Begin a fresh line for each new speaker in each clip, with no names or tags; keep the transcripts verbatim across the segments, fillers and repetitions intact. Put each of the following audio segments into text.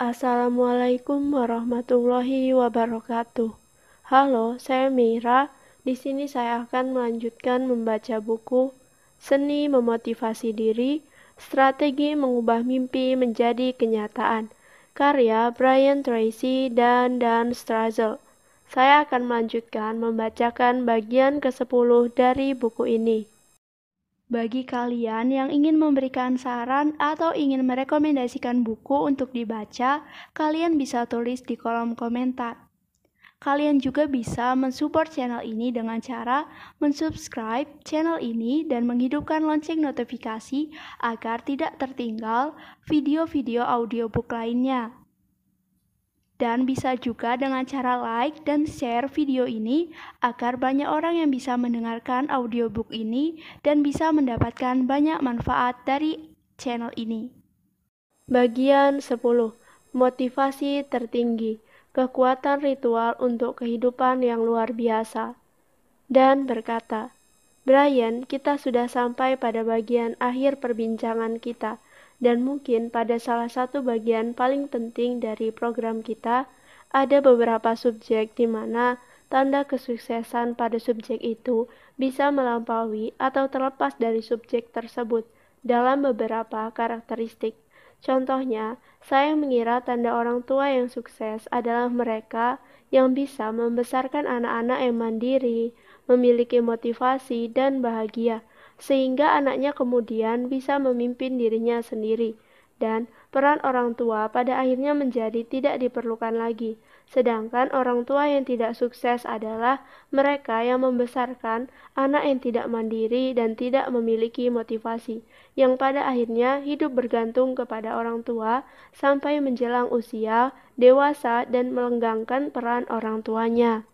Assalamualaikum warahmatullahi wabarakatuh. Halo, saya Mira. Di sini saya akan melanjutkan membaca buku Seni Memotivasi Diri, Strategi Mengubah Mimpi Menjadi Kenyataan, karya Brian Tracy dan Dan Strazel. Saya akan melanjutkan membacakan bagian kesepuluh dari buku ini. Bagi kalian yang ingin memberikan saran atau ingin merekomendasikan buku untuk dibaca, kalian bisa tulis di kolom komentar. Kalian juga bisa mensupport channel ini dengan cara mensubscribe channel ini dan menghidupkan lonceng notifikasi agar tidak tertinggal video-video audiobook lainnya. Dan bisa juga dengan cara like dan share video ini agar banyak orang yang bisa mendengarkan audiobook ini dan bisa mendapatkan banyak manfaat dari channel ini. Bagian sepuluh. Motivasi tertinggi. Kekuatan ritual untuk kehidupan yang luar biasa. Dan berkata, Brian, kita sudah sampai pada bagian akhir perbincangan kita. Dan mungkin pada salah satu bagian paling penting dari program kita, ada beberapa subjek di mana tanda kesuksesan pada subjek itu bisa melampaui atau terlepas dari subjek tersebut dalam beberapa karakteristik. Contohnya, saya mengira tanda orang tua yang sukses adalah mereka yang bisa membesarkan anak-anak yang mandiri, memiliki motivasi dan bahagia, sehingga anaknya kemudian bisa memimpin dirinya sendiri, dan peran orang tua pada akhirnya menjadi tidak diperlukan lagi. Sedangkan orang tua yang tidak sukses adalah mereka yang membesarkan anak yang tidak mandiri dan tidak memiliki motivasi, yang pada akhirnya hidup bergantung kepada orang tua sampai menjelang usia dewasa dan melenggangkan peran orang tuanya.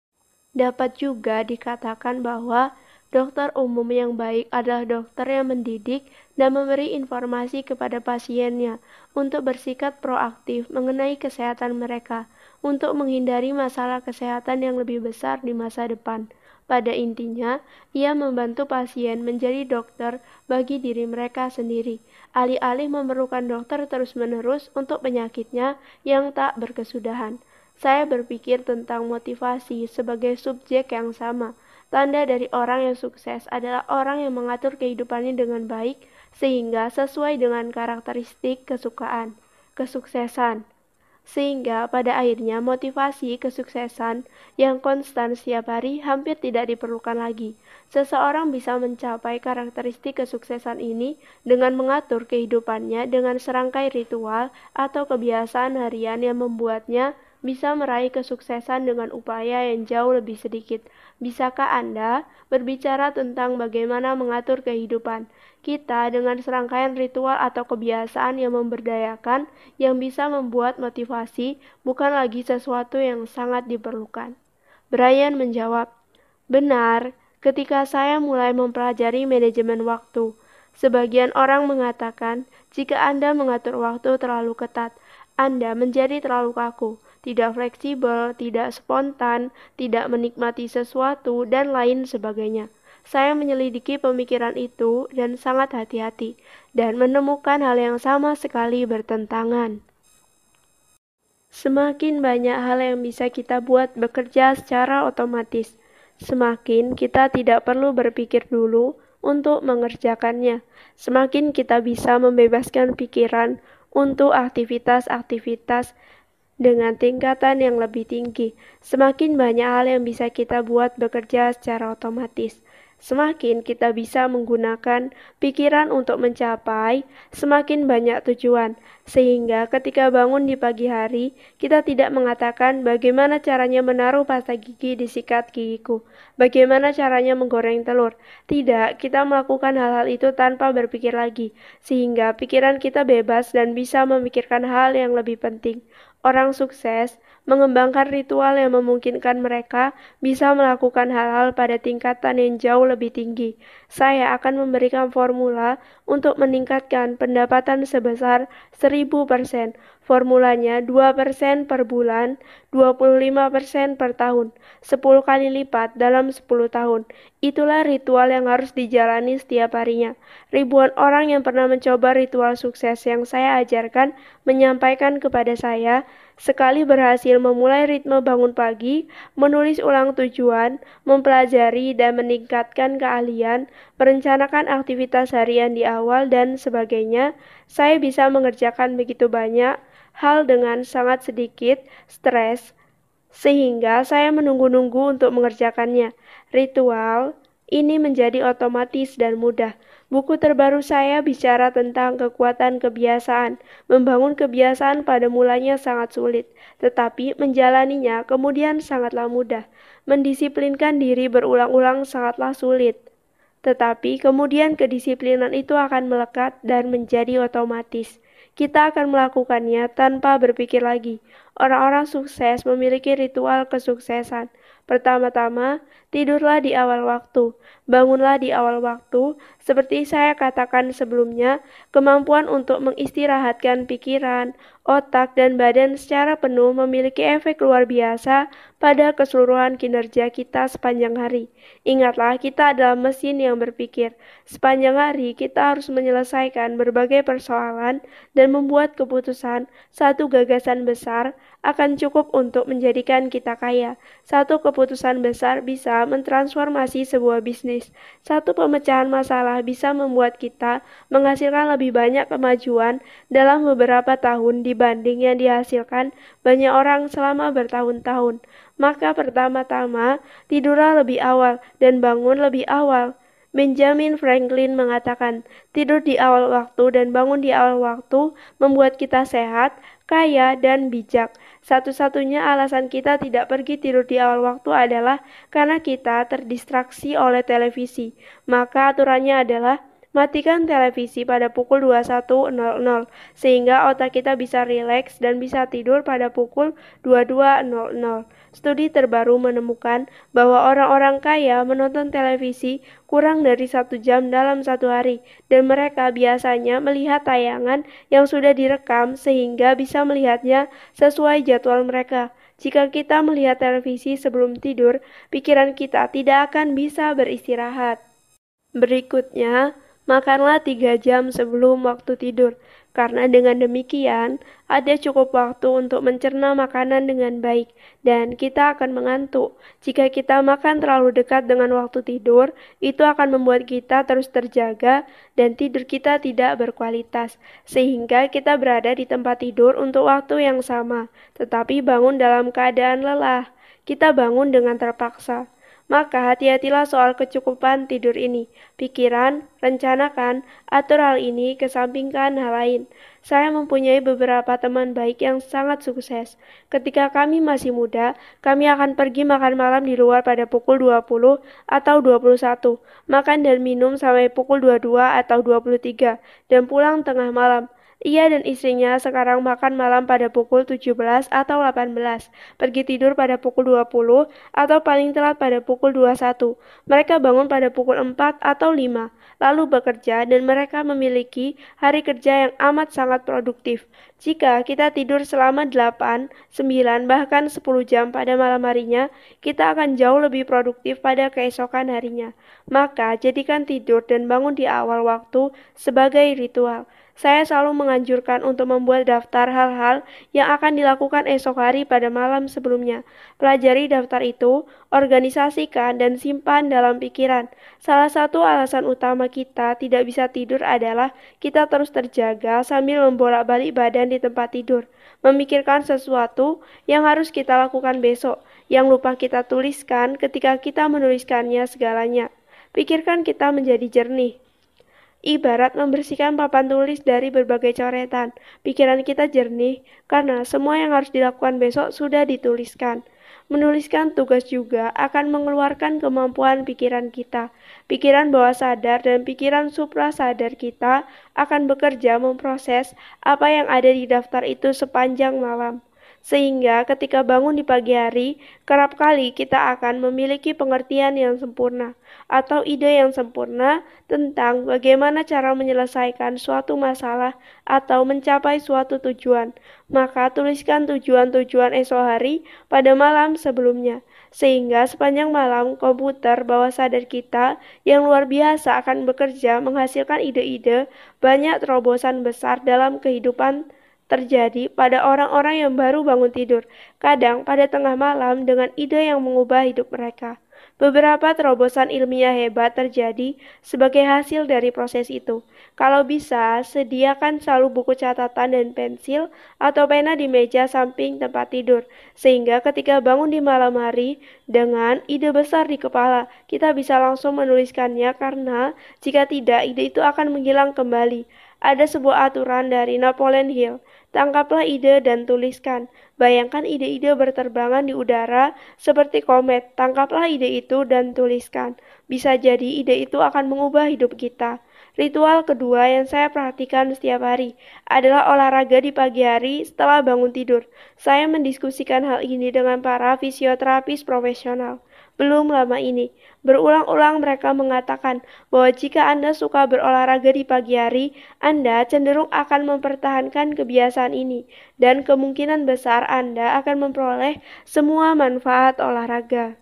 Dapat juga dikatakan bahwa dokter umum yang baik adalah dokter yang mendidik dan memberi informasi kepada pasiennya untuk bersikap proaktif mengenai kesehatan mereka, untuk menghindari masalah kesehatan yang lebih besar di masa depan. Pada intinya, ia membantu pasien menjadi dokter bagi diri mereka sendiri, alih-alih memerlukan dokter terus-menerus untuk penyakitnya yang tak berkesudahan. Saya berpikir tentang motivasi sebagai subjek yang sama. Tanda dari orang yang sukses adalah orang yang mengatur kehidupannya dengan baik sehingga sesuai dengan karakteristik kesukaan, kesuksesan. Sehingga pada akhirnya motivasi kesuksesan yang konstan setiap hari hampir tidak diperlukan lagi. Seseorang bisa mencapai karakteristik kesuksesan ini dengan mengatur kehidupannya dengan serangkai ritual atau kebiasaan harian yang membuatnya bisa meraih kesuksesan dengan upaya yang jauh lebih sedikit. Bisakah Anda berbicara tentang bagaimana mengatur kehidupan kita dengan serangkaian ritual atau kebiasaan yang memberdayakan, yang bisa membuat motivasi bukan lagi sesuatu yang sangat diperlukan? Brian menjawab, benar, ketika saya mulai mempelajari manajemen waktu. Sebagian orang mengatakan, jika Anda mengatur waktu terlalu ketat, Anda menjadi terlalu kaku, tidak fleksibel, tidak spontan, tidak menikmati sesuatu, dan lain sebagainya. Saya menyelidiki pemikiran itu dan sangat hati-hati, dan menemukan hal yang sama sekali bertentangan. Semakin banyak hal yang bisa kita buat bekerja secara otomatis, semakin kita tidak perlu berpikir dulu untuk mengerjakannya. Semakin kita bisa membebaskan pikiran untuk aktivitas-aktivitas dengan tingkatan yang lebih tinggi. Semakin banyak hal yang bisa kita buat bekerja secara otomatis, semakin kita bisa menggunakan pikiran untuk mencapai semakin banyak tujuan, sehingga ketika bangun di pagi hari, kita tidak mengatakan bagaimana caranya menaruh pasta gigi di sikat gigiku, bagaimana caranya menggoreng telur. Tidak, kita melakukan hal-hal itu tanpa berpikir lagi, sehingga pikiran kita bebas dan bisa memikirkan hal yang lebih penting. Orang sukses mengembangkan ritual yang memungkinkan mereka bisa melakukan hal-hal pada tingkatan yang jauh lebih tinggi. Saya akan memberikan formula untuk meningkatkan pendapatan sebesar seribu persen. Formulanya dua persen per bulan, dua puluh lima persen per tahun, sepuluh kali lipat dalam sepuluh tahun. Itulah ritual yang harus dijalani setiap harinya. Ribuan orang yang pernah mencoba ritual sukses yang saya ajarkan menyampaikan kepada saya, sekali berhasil memulai ritme bangun pagi, menulis ulang tujuan, mempelajari dan meningkatkan keahlian, merencanakan aktivitas harian di awal dan sebagainya, saya bisa mengerjakan begitu banyak hal dengan sangat sedikit stres, sehingga saya menunggu-nunggu untuk mengerjakannya. Ritual ini menjadi otomatis dan mudah. Buku terbaru saya bicara tentang kekuatan kebiasaan. Membangun kebiasaan pada mulanya sangat sulit, tetapi menjalaninya kemudian sangatlah mudah. Mendisiplinkan diri berulang-ulang sangatlah sulit, tetapi kemudian kedisiplinan itu akan melekat dan menjadi otomatis. Kita akan melakukannya tanpa berpikir lagi. Orang-orang sukses memiliki ritual kesuksesan. Pertama-tama, tidurlah di awal waktu. Bangunlah di awal waktu. Seperti saya katakan sebelumnya, kemampuan untuk mengistirahatkan pikiran, otak, dan badan secara penuh memiliki efek luar biasa pada keseluruhan kinerja kita sepanjang hari. Ingatlah, kita adalah mesin yang berpikir. Sepanjang hari, kita harus menyelesaikan berbagai persoalan dan membuat keputusan. Satu gagasan besar akan cukup untuk menjadikan kita kaya. Satu keputusan besar bisa mentransformasi sebuah bisnis. Satu pemecahan masalah bisa membuat kita menghasilkan lebih banyak kemajuan dalam beberapa tahun dibanding yang dihasilkan banyak orang selama bertahun-tahun. Maka pertama-tama, tidurlah lebih awal dan bangun lebih awal. Benjamin Franklin mengatakan, tidur di awal waktu dan bangun di awal waktu membuat kita sehat, kaya, dan bijak. Satu-satunya alasan kita tidak pergi tidur di awal waktu adalah karena kita terdistraksi oleh televisi. Maka aturannya adalah matikan televisi pada pukul dua puluh satu nol nol sehingga otak kita bisa rileks dan bisa tidur pada pukul dua puluh dua nol nol. Studi terbaru menemukan bahwa orang-orang kaya menonton televisi kurang dari satu jam dalam satu hari, dan mereka biasanya melihat tayangan yang sudah direkam sehingga bisa melihatnya sesuai jadwal mereka. Jika kita melihat televisi sebelum tidur, pikiran kita tidak akan bisa beristirahat. Berikutnya, makanlah tiga jam sebelum waktu tidur, karena dengan demikian ada cukup waktu untuk mencerna makanan dengan baik, dan kita akan mengantuk. Jika kita makan terlalu dekat dengan waktu tidur, itu akan membuat kita terus terjaga dan tidur kita tidak berkualitas, sehingga kita berada di tempat tidur untuk waktu yang sama, tetapi bangun dalam keadaan lelah. Kita bangun dengan terpaksa. Maka hati-hatilah soal kecukupan tidur ini. Pikiran, rencanakan, atur hal ini, kesampingkan hal lain. Saya mempunyai beberapa teman baik yang sangat sukses. Ketika kami masih muda, kami akan pergi makan malam di luar pada pukul dua puluh atau dua puluh satu, makan dan minum sampai pukul dua puluh dua atau dua puluh tiga, dan pulang tengah malam. Ia dan istrinya sekarang makan malam pada pukul tujuh belas atau delapan belas, pergi tidur pada pukul dua puluh atau paling telat pada pukul dua puluh satu. Mereka bangun pada pukul empat atau lima, lalu bekerja dan mereka memiliki hari kerja yang amat sangat produktif. Jika kita tidur selama delapan, sembilan, bahkan sepuluh jam pada malam harinya, kita akan jauh lebih produktif pada keesokan harinya. Maka, jadikan tidur dan bangun di awal waktu sebagai ritual. Saya selalu menganjurkan untuk membuat daftar hal-hal yang akan dilakukan esok hari pada malam sebelumnya. Pelajari daftar itu, organisasikan, dan simpan dalam pikiran. Salah satu alasan utama kita tidak bisa tidur adalah kita terus terjaga sambil membolak-balik badan di tempat tidur, memikirkan sesuatu yang harus kita lakukan besok, yang lupa kita tuliskan ketika kita menuliskannya segalanya. Pikirkan kita menjadi jernih. Ibarat membersihkan papan tulis dari berbagai coretan. Pikiran kita jernih karena semua yang harus dilakukan besok sudah dituliskan. Menuliskan tugas juga akan mengeluarkan kemampuan pikiran kita. Pikiran bawah sadar dan pikiran suprasadar kita akan bekerja memproses apa yang ada di daftar itu sepanjang malam. Sehingga ketika bangun di pagi hari, kerap kali kita akan memiliki pengertian yang sempurna atau ide yang sempurna tentang bagaimana cara menyelesaikan suatu masalah atau mencapai suatu tujuan. Maka tuliskan tujuan-tujuan esok hari pada malam sebelumnya. Sehingga sepanjang malam komputer bawah sadar kita yang luar biasa akan bekerja menghasilkan ide-ide, banyak terobosan besar dalam kehidupan terjadi pada orang-orang yang baru bangun tidur, kadang pada tengah malam dengan ide yang mengubah hidup mereka. Beberapa terobosan ilmiah hebat terjadi sebagai hasil dari proses itu. Kalau bisa, sediakan selalu buku catatan dan pensil atau pena di meja samping tempat tidur, sehingga ketika bangun di malam hari dengan ide besar di kepala, kita bisa langsung menuliskannya karena jika tidak, ide itu akan menghilang kembali. Ada sebuah aturan dari Napoleon Hill, tangkaplah ide dan tuliskan. Bayangkan ide-ide berterbangan di udara seperti komet, tangkaplah ide itu dan tuliskan. Bisa jadi ide itu akan mengubah hidup kita. Ritual kedua yang saya perhatikan setiap hari adalah olahraga di pagi hari setelah bangun tidur. Saya mendiskusikan hal ini dengan para fisioterapis profesional. Belum lama ini, berulang-ulang mereka mengatakan bahwa jika Anda suka berolahraga di pagi hari, Anda cenderung akan mempertahankan kebiasaan ini, dan kemungkinan besar Anda akan memperoleh semua manfaat olahraga.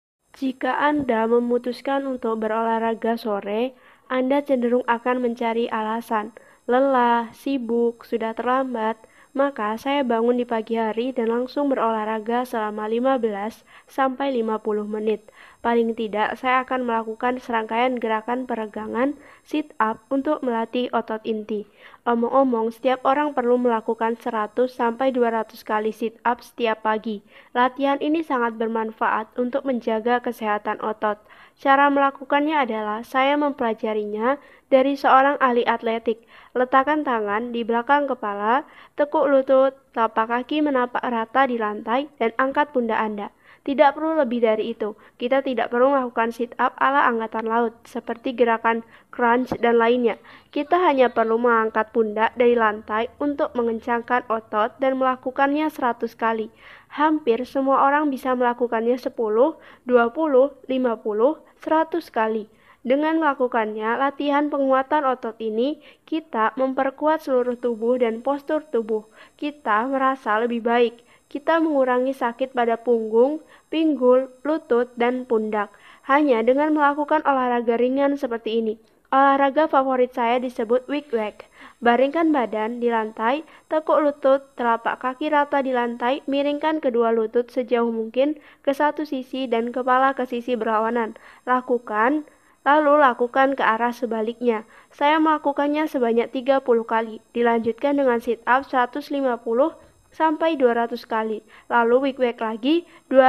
Jika Anda memutuskan untuk berolahraga sore, Anda cenderung akan mencari alasan, lelah, sibuk, sudah terlambat. Maka saya bangun di pagi hari dan langsung berolahraga selama lima belas sampai lima puluh menit. Paling tidak saya akan melakukan serangkaian gerakan peregangan sit up untuk melatih otot inti. Omong-omong, setiap orang perlu melakukan seratus sampai dua ratus kali sit up setiap pagi. Latihan ini sangat bermanfaat untuk menjaga kesehatan otot. Cara melakukannya adalah saya mempelajarinya dari seorang ahli atletik. Letakkan tangan di belakang kepala, tekuk lutut, telapak kaki menapak rata di lantai, dan angkat pundak Anda. Tidak perlu lebih dari itu. Kita tidak perlu melakukan sit-up ala angkatan laut, seperti gerakan crunch dan lainnya. Kita hanya perlu mengangkat pundak dari lantai untuk mengencangkan otot dan melakukannya seratus kali. Hampir semua orang bisa melakukannya sepuluh, dua puluh, lima puluh, seratus kali. Dengan melakukannya, latihan penguatan otot ini, kita memperkuat seluruh tubuh dan postur tubuh. Kita merasa lebih baik. Kita mengurangi sakit pada punggung, pinggul, lutut, dan pundak. Hanya dengan melakukan olahraga ringan seperti ini. Olahraga favorit saya disebut wig-wag. Baringkan badan di lantai, tekuk lutut, telapak kaki rata di lantai, miringkan kedua lutut sejauh mungkin ke satu sisi dan kepala ke sisi berlawanan. Lakukan Lalu lakukan ke arah sebaliknya. Saya melakukannya sebanyak tiga puluh kali. Dilanjutkan dengan sit up seratus lima puluh sampai dua ratus kali. Lalu wig-wag lagi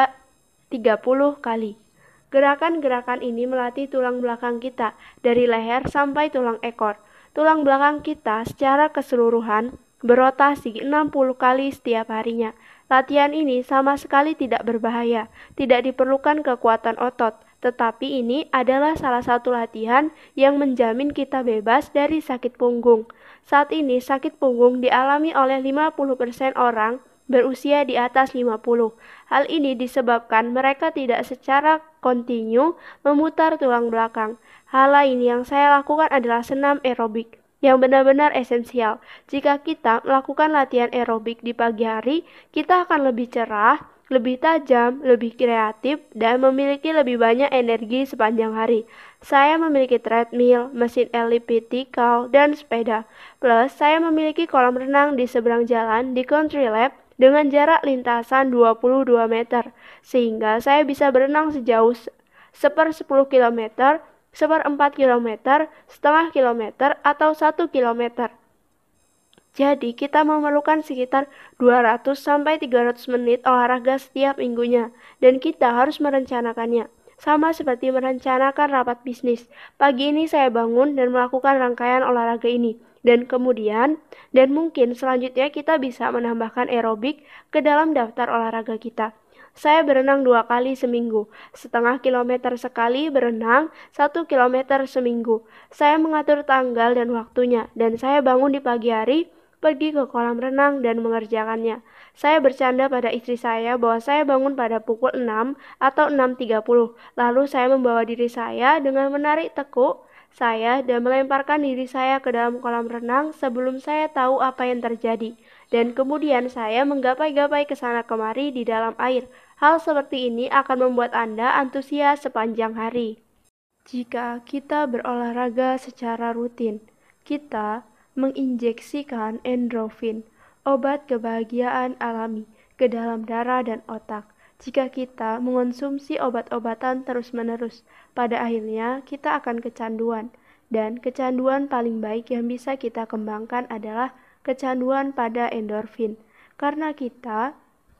tiga puluh kali. Gerakan-gerakan ini melatih tulang belakang kita dari leher sampai tulang ekor. Tulang belakang kita secara keseluruhan berotasi enam puluh kali setiap harinya. Latihan ini sama sekali tidak berbahaya, tidak diperlukan kekuatan otot, tetapi ini adalah salah satu latihan yang menjamin kita bebas dari sakit punggung. Saat ini sakit punggung dialami oleh lima puluh persen orang berusia di atas lima puluh. Hal ini disebabkan mereka tidak secara kontinu memutar tulang belakang. Hal lain yang saya lakukan adalah senam aerobik yang benar-benar esensial. Jika kita melakukan latihan aerobik di pagi hari, kita akan lebih cerah, lebih tajam, lebih kreatif, dan memiliki lebih banyak energi sepanjang hari. Saya memiliki treadmill, mesin elliptical, dan sepeda. Plus, saya memiliki kolam renang di seberang jalan di Country Lab dengan jarak lintasan dua puluh dua meter, sehingga saya bisa berenang sejauh seper sepuluh kilometer, seperempat kilometer, setengah kilometer, atau satu kilometer. Jadi, kita memerlukan sekitar dua ratus sampai tiga ratus menit olahraga setiap minggunya, dan kita harus merencanakannya. Sama seperti merencanakan rapat bisnis. Pagi ini saya bangun dan melakukan rangkaian olahraga ini, dan kemudian, dan mungkin selanjutnya kita bisa menambahkan aerobik ke dalam daftar olahraga kita. Saya berenang dua kali seminggu, setengah kilometer sekali berenang, satu kilometer seminggu. Saya mengatur tanggal dan waktunya, dan saya bangun di pagi hari pergi ke kolam renang dan mengerjakannya. Saya bercanda pada istri saya bahwa saya bangun pada pukul enam atau enam tiga puluh. Lalu saya membawa diri saya dengan menarik tekuk saya dan melemparkan diri saya ke dalam kolam renang sebelum saya tahu apa yang terjadi. Dan kemudian saya menggapai-gapai ke sana kemari di dalam air. Hal seperti ini akan membuat Anda antusias sepanjang hari. Jika kita berolahraga secara rutin, kita menginjeksikan endorfin, obat kebahagiaan alami, ke dalam darah dan otak. Jika kita mengonsumsi obat-obatan terus-menerus, pada akhirnya kita akan kecanduan. Dan kecanduan paling baik yang bisa kita kembangkan adalah kecanduan pada endorfin. Karena kita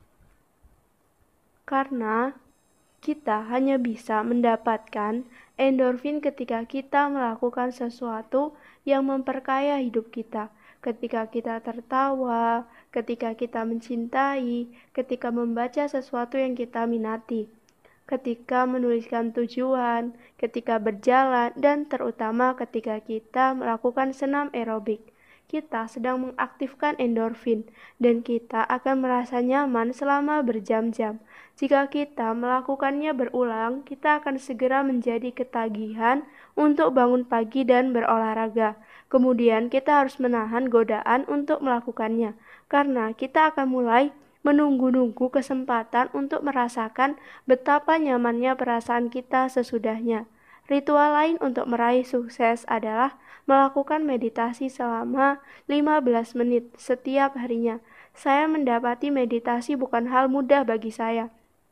karena kita hanya bisa mendapatkan endorfin ketika kita melakukan sesuatu yang memperkaya hidup kita. Ketika kita tertawa, ketika kita mencintai, ketika membaca sesuatu yang kita minati, ketika menuliskan tujuan, ketika berjalan, dan terutama ketika kita melakukan senam aerobik. Kita sedang mengaktifkan endorfin, dan kita akan merasa nyaman selama berjam-jam. Jika kita melakukannya berulang, kita akan segera menjadi ketagihan untuk bangun pagi dan berolahraga. Kemudian kita harus menahan godaan untuk melakukannya, karena kita akan mulai menunggu-nunggu kesempatan untuk merasakan betapa nyamannya perasaan kita sesudahnya. Ritual lain untuk meraih sukses adalah melakukan meditasi selama lima belas menit setiap harinya. Saya mendapati meditasi bukan hal mudah bagi saya,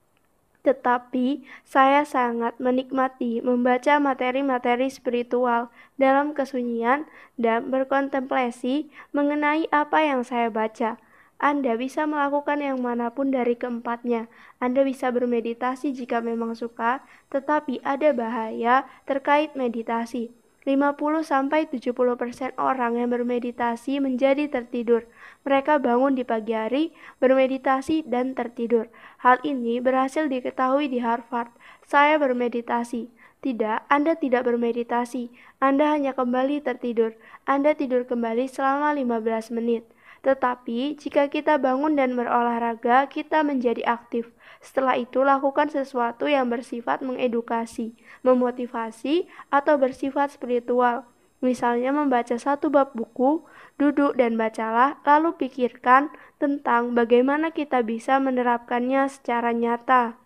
tetapi saya sangat menikmati membaca materi-materi spiritual dalam kesunyian dan berkontemplasi mengenai apa yang saya baca. Anda bisa melakukan yang manapun dari keempatnya. Anda bisa bermeditasi jika memang suka, tetapi ada bahaya terkait meditasi. lima puluh sampai tujuh puluh persen orang yang bermeditasi menjadi tertidur. Mereka bangun di pagi hari, bermeditasi, dan tertidur. Hal ini berhasil diketahui di Harvard. Saya bermeditasi. Tidak, Anda tidak bermeditasi. Anda hanya kembali tertidur. Anda tidur kembali selama lima belas menit. Tetapi, jika kita bangun dan berolahraga, kita menjadi aktif. Setelah itu, lakukan sesuatu yang bersifat mengedukasi, memotivasi, atau bersifat spiritual. Misalnya membaca satu bab buku, duduk dan bacalah, lalu pikirkan tentang bagaimana kita bisa menerapkannya secara nyata.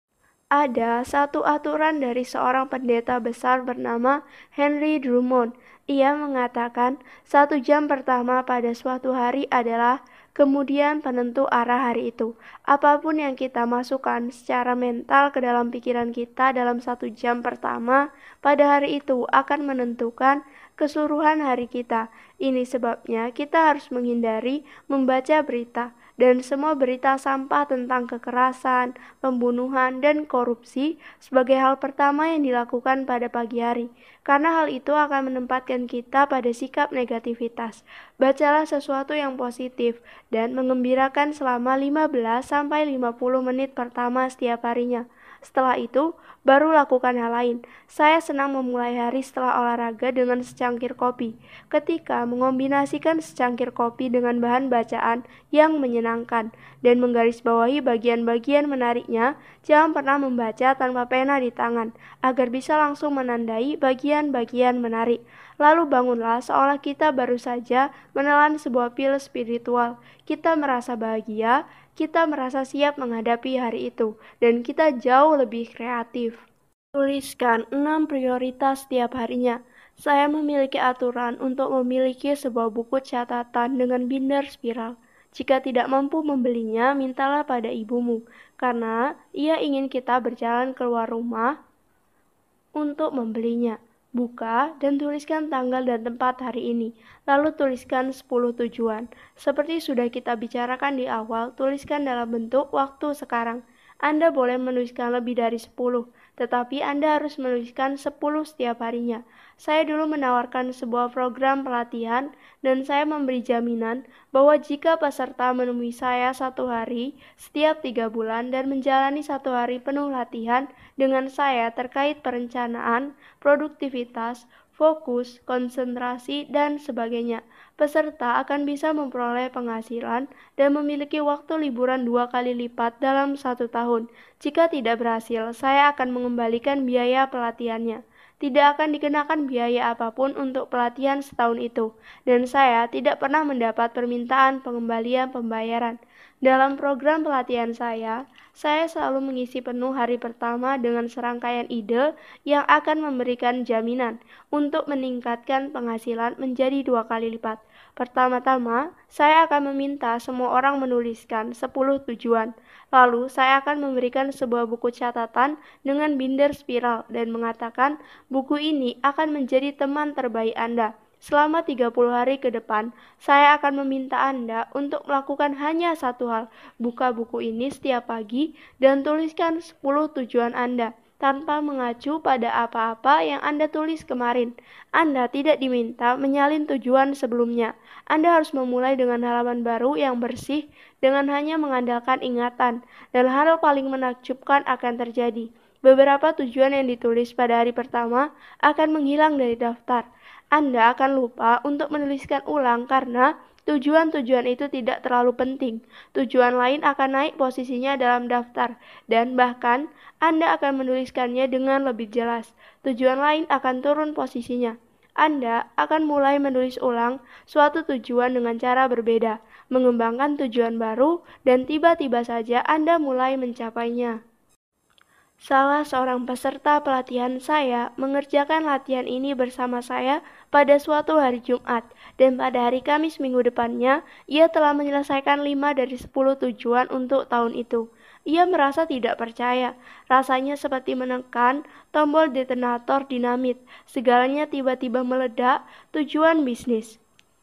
Ada satu aturan dari seorang pendeta besar bernama Henry Drummond. Ia mengatakan, satu jam pertama pada suatu hari adalah kemudian penentu arah hari itu. Apapun yang kita masukkan secara mental ke dalam pikiran kita dalam satu jam pertama pada hari itu akan menentukan keseluruhan hari kita. Ini sebabnya kita harus menghindari membaca berita dan semua berita sampah tentang kekerasan, pembunuhan, dan korupsi sebagai hal pertama yang dilakukan pada pagi hari, karena hal itu akan menempatkan kita pada sikap negativitas. Bacalah sesuatu yang positif dan mengembirakan selama lima belas sampai lima puluh menit pertama setiap harinya. Setelah itu, baru lakukan hal lain. Saya senang memulai hari setelah olahraga dengan secangkir kopi. Ketika mengombinasikan secangkir kopi dengan bahan bacaan yang menyenangkan dan menggarisbawahi bagian-bagian menariknya, jangan pernah membaca tanpa pena di tangan, agar bisa langsung menandai bagian-bagian menarik. Lalu bangunlah seolah kita baru saja menelan sebuah pil spiritual. Kita merasa bahagia, kita merasa siap menghadapi hari itu, dan kita jauh lebih kreatif. Tuliskan enam prioritas setiap harinya. Saya memiliki aturan untuk memiliki sebuah buku catatan dengan binder spiral. Jika tidak mampu membelinya, mintalah pada ibumu, karena ia ingin kita berjalan keluar rumah untuk membelinya. Buka dan tuliskan tanggal dan tempat hari ini. Lalu tuliskan sepuluh tujuan. Seperti sudah kita bicarakan di awal, tuliskan dalam bentuk waktu sekarang. Anda boleh menuliskan lebih dari sepuluh, tetapi Anda harus menuliskan sepuluh setiap harinya. Saya dulu menawarkan sebuah program pelatihan, dan saya memberi jaminan bahwa jika peserta menemui saya satu hari setiap tiga bulan dan menjalani satu hari penuh latihan dengan saya terkait perencanaan, produktivitas, fokus, konsentrasi, dan sebagainya. Peserta akan bisa memperoleh penghasilan dan memiliki waktu liburan dua kali lipat dalam satu tahun. Jika tidak berhasil, saya akan mengembalikan biaya pelatihannya. Tidak akan dikenakan biaya apapun untuk pelatihan setahun itu, dan saya tidak pernah mendapat permintaan pengembalian pembayaran. Dalam program pelatihan saya, saya selalu mengisi penuh hari pertama dengan serangkaian ide yang akan memberikan jaminan untuk meningkatkan penghasilan menjadi dua kali lipat. Pertama-tama, saya akan meminta semua orang menuliskan sepuluh tujuan. Lalu, saya akan memberikan sebuah buku catatan dengan binder spiral dan mengatakan buku ini akan menjadi teman terbaik Anda. Selama tiga puluh hari ke depan, saya akan meminta Anda untuk melakukan hanya satu hal. Buka buku ini setiap pagi dan tuliskan sepuluh tujuan Anda tanpa mengacu pada apa-apa yang Anda tulis kemarin. Anda tidak diminta menyalin tujuan sebelumnya. Anda harus memulai dengan halaman baru yang bersih dengan hanya mengandalkan ingatan, dan hal paling menakjubkan akan terjadi. Beberapa tujuan yang ditulis pada hari pertama akan menghilang dari daftar. Anda akan lupa untuk menuliskan ulang karena tujuan-tujuan itu tidak terlalu penting. Tujuan lain akan naik posisinya dalam daftar, dan bahkan Anda akan menuliskannya dengan lebih jelas. Tujuan lain akan turun posisinya. Anda akan mulai menulis ulang suatu tujuan dengan cara berbeda, mengembangkan tujuan baru, dan tiba-tiba saja Anda mulai mencapainya. Salah seorang peserta pelatihan saya mengerjakan latihan ini bersama saya pada suatu hari Jumat, dan pada hari Kamis minggu depannya, ia telah menyelesaikan lima dari sepuluh tujuan untuk tahun itu. Ia merasa tidak percaya, rasanya seperti menekan tombol detonator dinamit, segalanya tiba-tiba meledak, tujuan bisnis,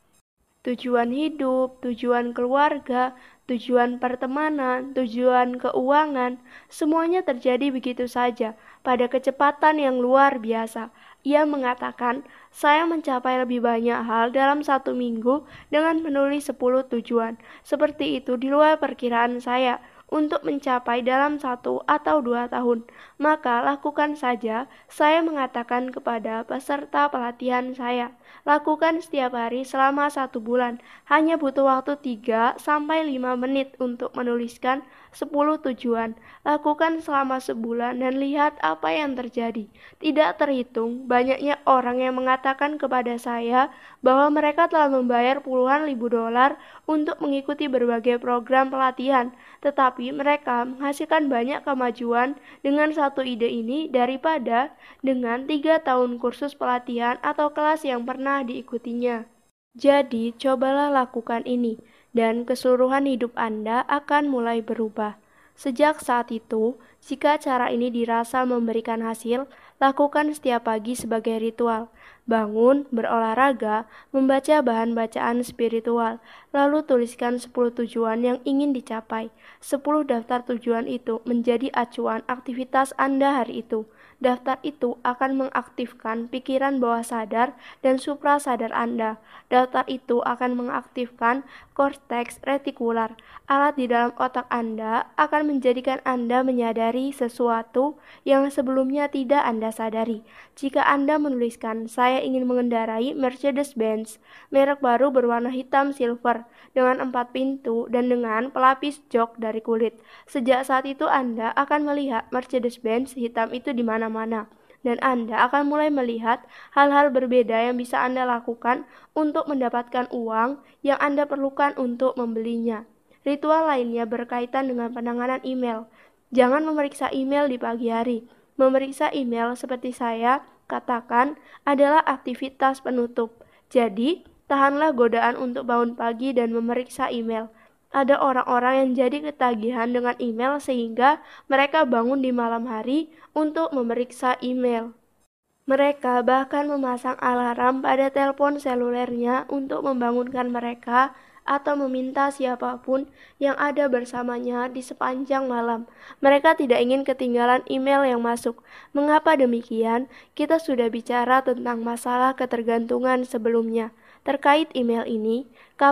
tujuan hidup, tujuan keluarga, tujuan pertemanan, tujuan keuangan, semuanya terjadi begitu saja, pada kecepatan yang luar biasa. Ia mengatakan, saya mencapai lebih banyak hal dalam satu minggu dengan menulis sepuluh tujuan. Seperti itu di luar perkiraan saya untuk mencapai dalam satu atau dua tahun. Maka lakukan saja, saya mengatakan kepada peserta pelatihan saya. Lakukan setiap hari selama satu bulan. Hanya butuh waktu tiga sampai lima menit untuk menuliskan sepuluh tujuan. Lakukan selama sebulan dan lihat apa yang terjadi. Tidak terhitung banyaknya orang yang mengatakan kepada saya bahwa mereka telah membayar puluhan ribu dolar untuk mengikuti berbagai program pelatihan, tetapi mereka menghasilkan banyak kemajuan dengan satu ide ini daripada dengan tiga tahun kursus pelatihan atau kelas yang pernah diikutinya. Jadi, cobalah lakukan ini, dan keseluruhan hidup Anda akan mulai berubah. Sejak saat itu, jika cara ini dirasa memberikan hasil, lakukan setiap pagi sebagai ritual. Bangun, berolahraga, membaca bahan bacaan spiritual, lalu tuliskan sepuluh tujuan yang ingin dicapai. sepuluh daftar tujuan itu menjadi acuan aktivitas Anda hari itu. Daftar itu akan mengaktifkan pikiran bawah sadar dan suprasadar Anda. Daftar itu akan mengaktifkan korteks retikular. Alat di dalam otak Anda akan menjadikan Anda menyadari sesuatu yang sebelumnya tidak Anda sadari. Jika Anda menuliskan, saya ingin mengendarai Mercedes-Benz, merek baru berwarna hitam silver, dengan empat pintu dan dengan pelapis jok dari kulit. Sejak saat itu Anda akan melihat Mercedes-Benz hitam itu di mana-mana, dan Anda akan mulai melihat hal-hal berbeda yang bisa Anda lakukan untuk mendapatkan uang yang Anda perlukan untuk membelinya. Ritual lainnya berkaitan dengan penanganan email. Jangan memeriksa email di pagi hari. Memeriksa email seperti saya katakan adalah aktivitas penutup. Jadi, tahanlah godaan untuk bangun pagi dan memeriksa email. Ada orang-orang yang jadi ketagihan dengan email sehingga mereka bangun di malam hari untuk memeriksa email. Mereka bahkan memasang alarm pada telepon selulernya untuk membangunkan mereka atau meminta siapapun yang ada bersamanya di sepanjang malam. Mereka tidak ingin ketinggalan email yang masuk. Mengapa demikian? Kita sudah bicara tentang masalah ketergantungan sebelumnya. Terkait email ini,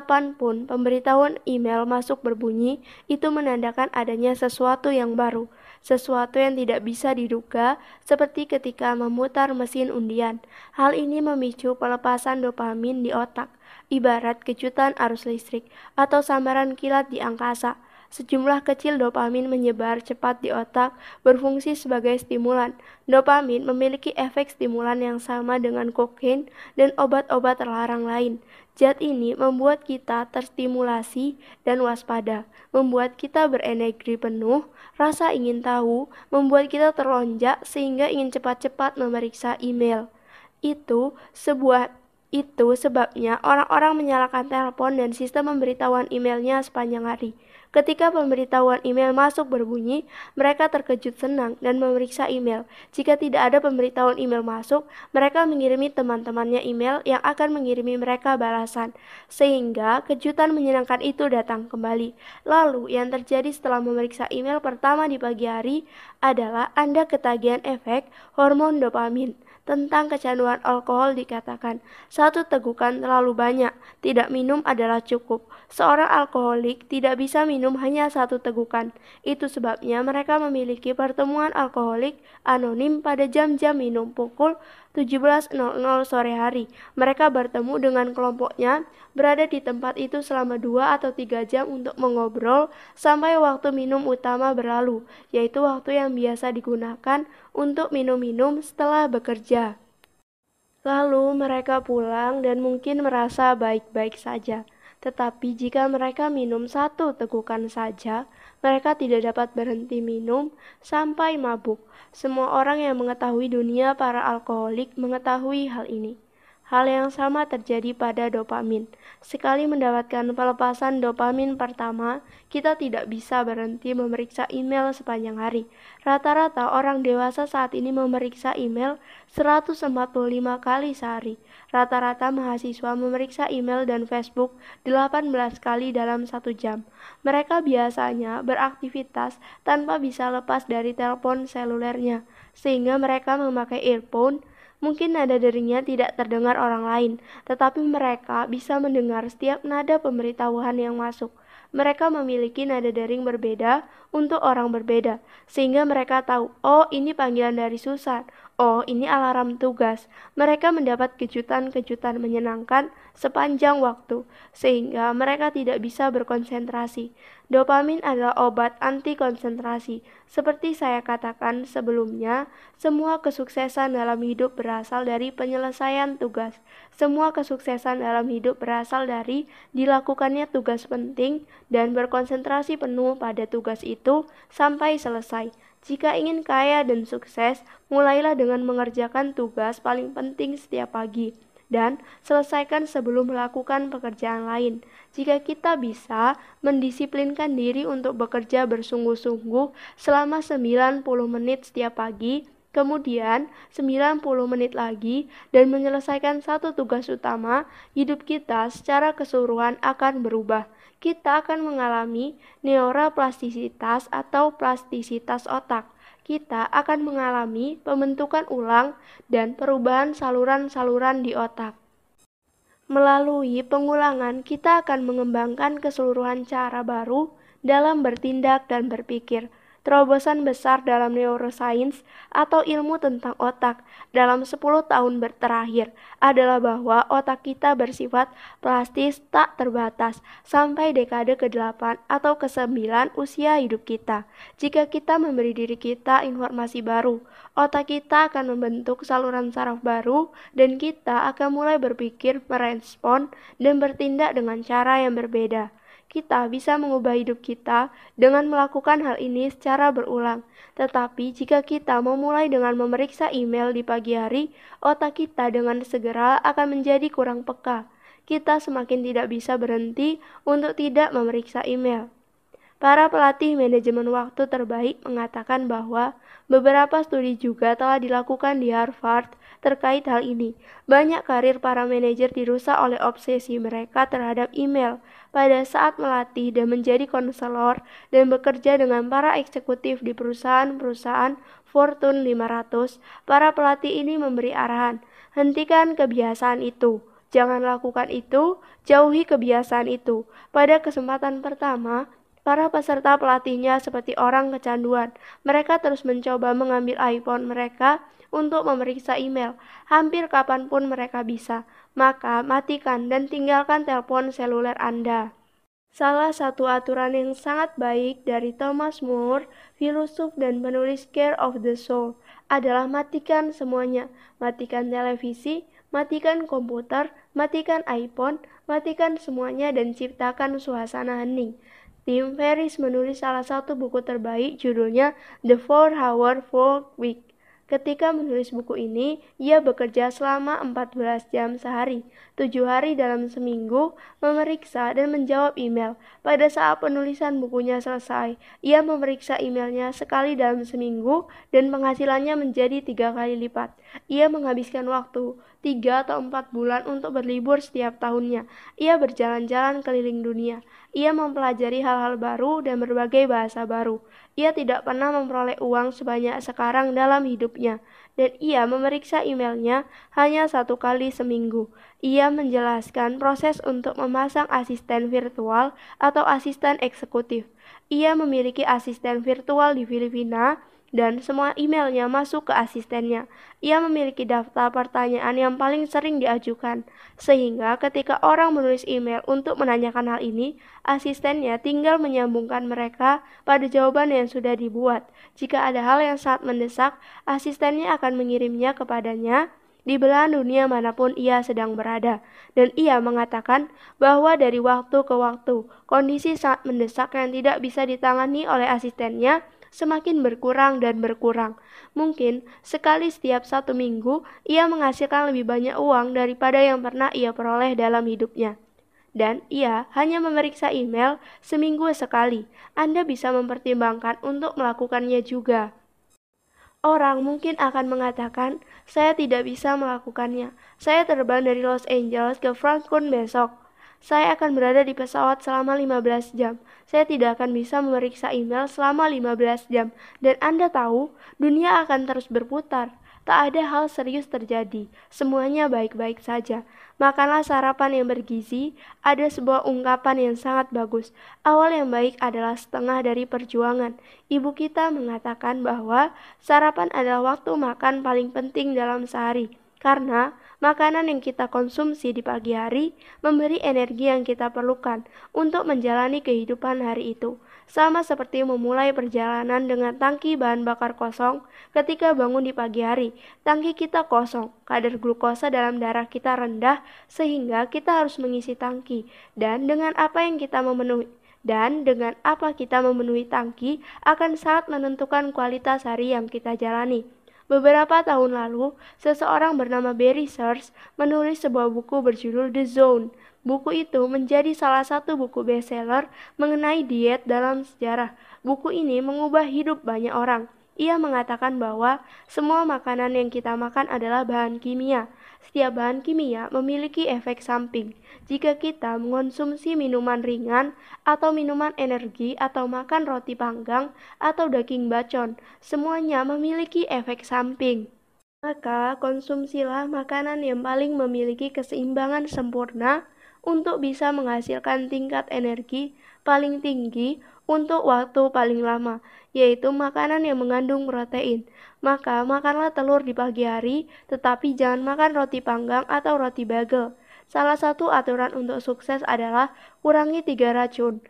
kapanpun pemberitahuan email masuk berbunyi, itu menandakan adanya sesuatu yang baru. sesuatu yang tidak bisa diduga, seperti ketika memutar mesin undian. Hal ini memicu pelepasan dopamin di otak, ibarat kejutan arus listrik atau sambaran kilat di angkasa. Sejumlah kecil dopamin menyebar cepat di otak, berfungsi sebagai stimulan. Dopamin memiliki efek stimulan yang sama dengan kokain dan obat-obat terlarang lain. Zat ini membuat kita terstimulasi dan waspada, membuat kita berenergi penuh, rasa ingin tahu, membuat kita terlonjak sehingga ingin cepat-cepat memeriksa email. Itu sebuah Itu sebabnya orang-orang menyalakan telepon dan sistem pemberitahuan emailnya sepanjang hari. Ketika pemberitahuan email masuk berbunyi, mereka terkejut senang dan memeriksa email. Jika tidak ada pemberitahuan email masuk, mereka mengirimi teman-temannya email yang akan mengirimi mereka balasan. Sehingga kejutan menyenangkan itu datang kembali. Lalu yang terjadi setelah memeriksa email pertama di pagi hari adalah Anda ketagihan efek hormon dopamin. Tentang kecanduan alkohol dikatakan, satu tegukan terlalu banyak, tidak minum adalah cukup. Seorang alkoholik tidak bisa minum hanya satu tegukan. Itu sebabnya mereka memiliki pertemuan alkoholik anonim pada jam-jam minum pukul tujuh belas nol nol sore hari. Mereka bertemu dengan kelompoknya, berada di tempat itu selama dua atau tiga jam untuk mengobrol sampai waktu minum utama berlalu, yaitu waktu yang biasa digunakan untuk minum-minum setelah bekerja. Lalu mereka pulang dan mungkin merasa baik-baik saja. Tetapi jika mereka minum satu tegukan saja, mereka tidak dapat berhenti minum sampai mabuk. Semua orang yang mengetahui dunia para alkoholik mengetahui hal ini. Hal yang sama terjadi pada dopamin. Sekali mendapatkan pelepasan dopamin pertama, kita tidak bisa berhenti memeriksa email sepanjang hari. Rata-rata orang dewasa saat ini memeriksa email seratus empat puluh lima kali sehari. Rata-rata mahasiswa memeriksa email dan Facebook delapan belas kali dalam satu jam. Mereka biasanya beraktivitas tanpa bisa lepas dari telepon selulernya, sehingga mereka memakai earphone. Mungkin nada deringnya tidak terdengar orang lain, tetapi mereka bisa mendengar setiap nada pemberitahuan yang masuk. Mereka memiliki nada dering berbeda untuk orang berbeda, sehingga mereka tahu, oh ini panggilan dari Susan, oh ini alarm tugas. Mereka mendapat kejutan-kejutan menyenangkan sepanjang waktu, sehingga mereka tidak bisa berkonsentrasi. Dopamin adalah obat anti konsentrasi. Seperti saya katakan sebelumnya, semua kesuksesan dalam hidup berasal dari penyelesaian tugas. Semua kesuksesan dalam hidup berasal dari dilakukannya tugas penting dan berkonsentrasi penuh pada tugas itu sampai selesai. Jika ingin kaya dan sukses, mulailah dengan mengerjakan tugas paling penting setiap pagi dan selesaikan sebelum melakukan pekerjaan lain. Jika kita bisa mendisiplinkan diri untuk bekerja bersungguh-sungguh selama sembilan puluh menit setiap pagi, kemudian sembilan puluh menit lagi, dan menyelesaikan satu tugas utama, hidup kita secara keseluruhan akan berubah. Kita akan mengalami neuroplastisitas atau plastisitas otak. Kita akan mengalami pembentukan ulang dan perubahan saluran-saluran di otak. Melalui pengulangan, kita akan mengembangkan keseluruhan cara baru dalam bertindak dan berpikir. Terobosan besar dalam neuroscience atau ilmu tentang otak dalam sepuluh tahun terakhir adalah bahwa otak kita bersifat plastis tak terbatas sampai dekade kedelapan atau kesembilan usia hidup kita. Jika kita memberi diri kita informasi baru, otak kita akan membentuk saluran saraf baru dan kita akan mulai berpikir, merespon, dan bertindak dengan cara yang berbeda. Kita bisa mengubah hidup kita dengan melakukan hal ini secara berulang. Tetapi jika kita memulai dengan memeriksa email di pagi hari, otak kita dengan segera akan menjadi kurang peka. Kita semakin tidak bisa berhenti untuk tidak memeriksa email. Para pelatih manajemen waktu terbaik mengatakan bahwa beberapa studi juga telah dilakukan di Harvard terkait hal ini. Banyak karir para manajer dirusak oleh obsesi mereka terhadap email. Pada saat melatih dan menjadi konselor dan bekerja dengan para eksekutif di perusahaan-perusahaan Fortune lima ratus, para pelatih ini memberi arahan, hentikan kebiasaan itu. Jangan lakukan itu, jauhi kebiasaan itu. Pada kesempatan pertama, Para peserta pelatihnya seperti orang kecanduan. Mereka terus mencoba mengambil iPhone mereka untuk memeriksa email, hampir kapanpun mereka bisa. Maka matikan dan tinggalkan telepon seluler Anda. Salah satu aturan yang sangat baik dari Thomas More, filosof dan penulis Care of the Soul, adalah matikan semuanya. Matikan televisi, matikan komputer, matikan iPhone, matikan semuanya dan ciptakan suasana hening. Tim Ferriss menulis salah satu buku terbaik judulnya The Four Hour Work Week. Ketika menulis buku ini, ia bekerja selama empat belas jam sehari, tujuh hari dalam seminggu, memeriksa dan menjawab email. Pada saat penulisan bukunya selesai, ia memeriksa emailnya sekali dalam seminggu dan penghasilannya menjadi tiga kali lipat. Ia menghabiskan waktu tiga atau empat bulan untuk berlibur setiap tahunnya. Ia berjalan-jalan keliling dunia. Ia mempelajari hal-hal baru dan berbagai bahasa baru. Ia tidak pernah memperoleh uang sebanyak sekarang dalam hidupnya, dan ia memeriksa emailnya hanya satu kali seminggu. Ia menjelaskan proses untuk memasang asisten virtual atau asisten eksekutif. Ia memiliki asisten virtual di Filipina, dan semua emailnya masuk ke asistennya. Ia memiliki daftar pertanyaan yang paling sering diajukan, sehingga ketika orang menulis email untuk menanyakan hal ini, asistennya tinggal menyambungkan mereka pada jawaban yang sudah dibuat. Jika ada hal yang sangat mendesak, asistennya akan mengirimnya kepadanya di belahan dunia manapun ia sedang berada. Dan ia mengatakan bahwa dari waktu ke waktu, kondisi sangat mendesak yang tidak bisa ditangani oleh asistennya semakin berkurang dan berkurang. Mungkin sekali setiap satu minggu, ia menghasilkan lebih banyak uang daripada yang pernah ia peroleh dalam hidupnya. Dan ia hanya memeriksa email seminggu sekali. Anda bisa mempertimbangkan untuk melakukannya juga. Orang mungkin akan mengatakan, saya tidak bisa melakukannya. Saya terbang dari Los Angeles ke Frankfurt besok. Saya akan berada di pesawat selama lima belas jam. Saya tidak akan bisa memeriksa email selama lima belas jam. Dan Anda tahu, dunia akan terus berputar. Tak ada hal serius terjadi. Semuanya baik-baik saja. Makanlah sarapan yang bergizi. Ada sebuah ungkapan yang sangat bagus. Awal yang baik adalah setengah dari perjuangan. Ibu kita mengatakan bahwa sarapan adalah waktu makan paling penting dalam sehari. Karena makanan yang kita konsumsi di pagi hari memberi energi yang kita perlukan untuk menjalani kehidupan hari itu. Sama seperti memulai perjalanan dengan tangki bahan bakar kosong, ketika bangun di pagi hari, tangki kita kosong, kadar glukosa dalam darah kita rendah sehingga kita harus mengisi tangki. Dan dengan apa yang kita memenuhi Dan dengan apa kita memenuhi tangki akan sangat menentukan kualitas hari yang kita jalani. Beberapa tahun lalu, seseorang bernama Barry Sears menulis sebuah buku berjudul The Zone. Buku itu menjadi salah satu buku bestseller mengenai diet dalam sejarah. Buku ini mengubah hidup banyak orang. Ia mengatakan bahwa semua makanan yang kita makan adalah bahan kimia. Setiap bahan kimia memiliki efek samping. Jika kita mengonsumsi minuman ringan atau minuman energi atau makan roti panggang atau daging bacon, semuanya memiliki efek samping. Maka konsumsilah makanan yang paling memiliki keseimbangan sempurna untuk bisa menghasilkan tingkat energi paling tinggi untuk waktu paling lama, yaitu makanan yang mengandung protein. Maka makanlah telur di pagi hari, tetapi jangan makan roti panggang atau roti bagel. Salah satu aturan untuk sukses adalah kurangi tiga racun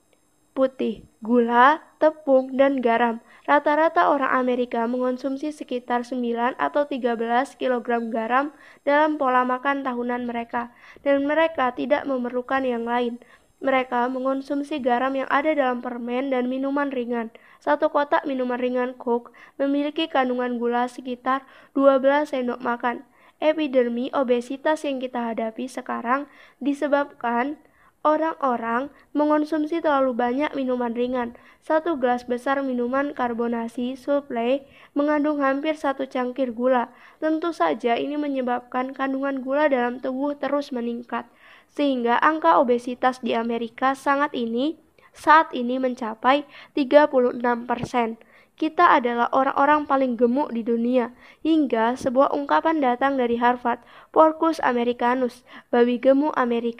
putih, gula, tepung, dan garam. Rata-rata orang Amerika mengonsumsi sekitar sembilan atau tiga belas kilogram garam dalam pola makan tahunan mereka, dan mereka tidak memerlukan yang lain. Mereka mengonsumsi garam yang ada dalam permen dan minuman ringan. Satu kotak minuman ringan Coke memiliki kandungan gula sekitar dua belas sendok makan. Epidemi obesitas yang kita hadapi sekarang disebabkan orang-orang mengonsumsi terlalu banyak minuman ringan. Satu gelas besar minuman karbonasi Suplai mengandung hampir satu cangkir gula. Tentu saja ini menyebabkan kandungan gula dalam tubuh terus meningkat, sehingga angka obesitas di Amerika sangat ini saat ini mencapai tiga puluh enam persen. Kita adalah orang-orang paling gemuk di dunia, hingga sebuah ungkapan datang dari Harvard, Porcus Americanus, babi gemuk Amerika.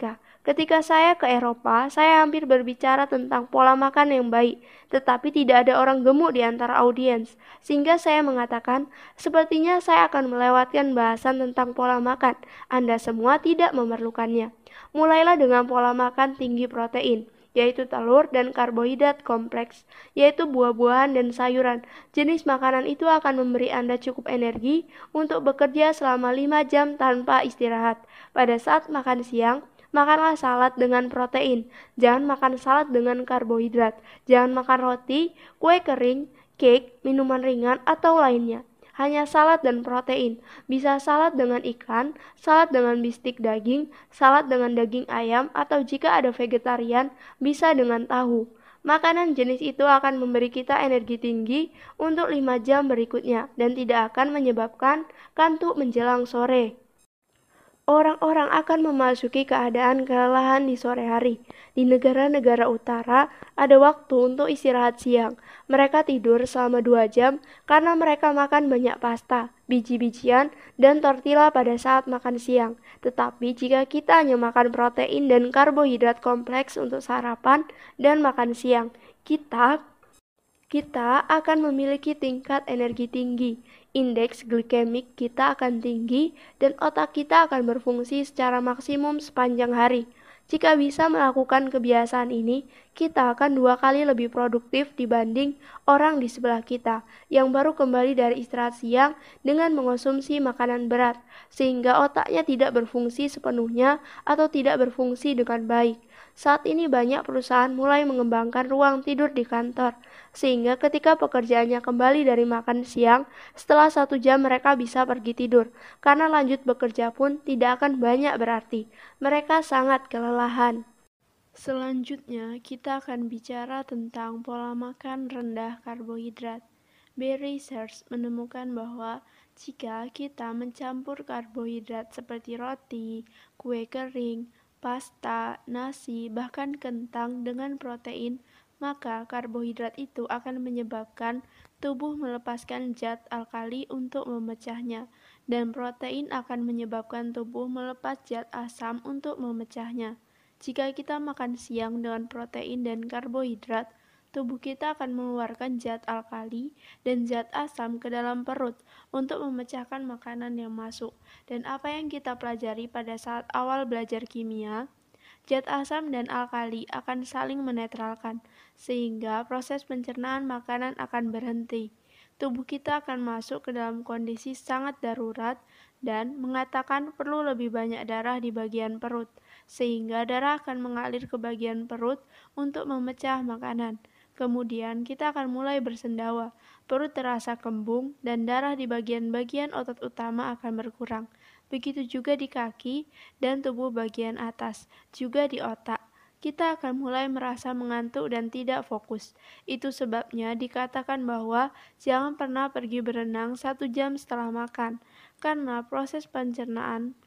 Ketika saya ke Eropa, saya hampir berbicara tentang pola makan yang baik, tetapi tidak ada orang gemuk di antara audiens, sehingga saya mengatakan, sepertinya saya akan melewatkan bahasan tentang pola makan. Anda semua tidak memerlukannya. Mulailah dengan pola makan tinggi protein, yaitu telur dan karbohidrat kompleks, yaitu buah-buahan dan sayuran. Jenis makanan itu akan memberi Anda cukup energi untuk bekerja selama lima jam tanpa istirahat. Pada saat makan siang, makanlah salad dengan protein. Jangan makan salad dengan karbohidrat. Jangan makan roti, kue kering, cake, minuman ringan, atau lainnya. Hanya salad dan protein. Bisa salad dengan ikan, salad dengan bistik daging, salad dengan daging ayam, atau jika ada vegetarian, bisa dengan tahu. Makanan jenis itu akan memberi kita energi tinggi untuk lima jam berikutnya dan tidak akan menyebabkan kantuk menjelang sore. Orang-orang akan memasuki keadaan kelelahan di sore hari. Di negara-negara utara, ada waktu untuk istirahat siang. Mereka tidur selama dua jam karena mereka makan banyak pasta, biji-bijian, dan tortilla pada saat makan siang. Tetapi jika kita hanya makan protein dan karbohidrat kompleks untuk sarapan dan makan siang, kita kita akan memiliki tingkat energi tinggi, indeks glikemik kita akan tinggi, dan otak kita akan berfungsi secara maksimum sepanjang hari. Jika bisa melakukan kebiasaan ini, kita akan dua kali lebih produktif dibanding orang di sebelah kita yang baru kembali dari istirahat siang dengan mengonsumsi makanan berat, sehingga otaknya tidak berfungsi sepenuhnya atau tidak berfungsi dengan baik. Saat ini banyak perusahaan mulai mengembangkan ruang tidur di kantor, sehingga ketika pekerjaannya kembali dari makan siang, setelah satu jam mereka bisa pergi tidur, karena lanjut bekerja pun tidak akan banyak berarti. Mereka sangat kelelahan. Selanjutnya, kita akan bicara tentang pola makan rendah karbohidrat. Berry Research menemukan bahwa jika kita mencampur karbohidrat seperti roti, kue kering, pasta, nasi, bahkan kentang dengan protein, maka karbohidrat itu akan menyebabkan tubuh melepaskan zat alkali untuk memecahnya, dan protein akan menyebabkan tubuh melepas zat asam untuk memecahnya. Jika kita makan siang dengan protein dan karbohidrat, tubuh kita akan mengeluarkan zat alkali dan zat asam ke dalam perut untuk memecahkan makanan yang masuk. Dan apa yang kita pelajari pada saat awal belajar kimia, zat asam dan alkali akan saling menetralkan, sehingga proses pencernaan makanan akan berhenti. Tubuh kita akan masuk ke dalam kondisi sangat darurat dan mengatakan perlu lebih banyak darah di bagian perut, sehingga darah akan mengalir ke bagian perut untuk memecah makanan. Kemudian kita akan mulai bersendawa, perut terasa kembung, dan darah di bagian-bagian otot utama akan berkurang. Begitu juga di kaki dan tubuh bagian atas, juga di otak. Kita akan mulai merasa mengantuk dan tidak fokus. Itu sebabnya dikatakan bahwa jangan pernah pergi berenang satu jam setelah makan, karena proses pencernaan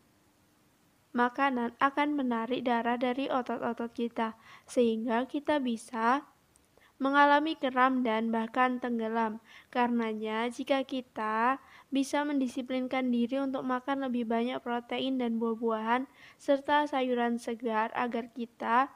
makanan akan menarik darah dari otot-otot kita, sehingga kita bisa mengalami kram dan bahkan tenggelam. Karenanya, jika kita bisa mendisiplinkan diri untuk makan lebih banyak protein dan buah-buahan serta sayuran segar agar kita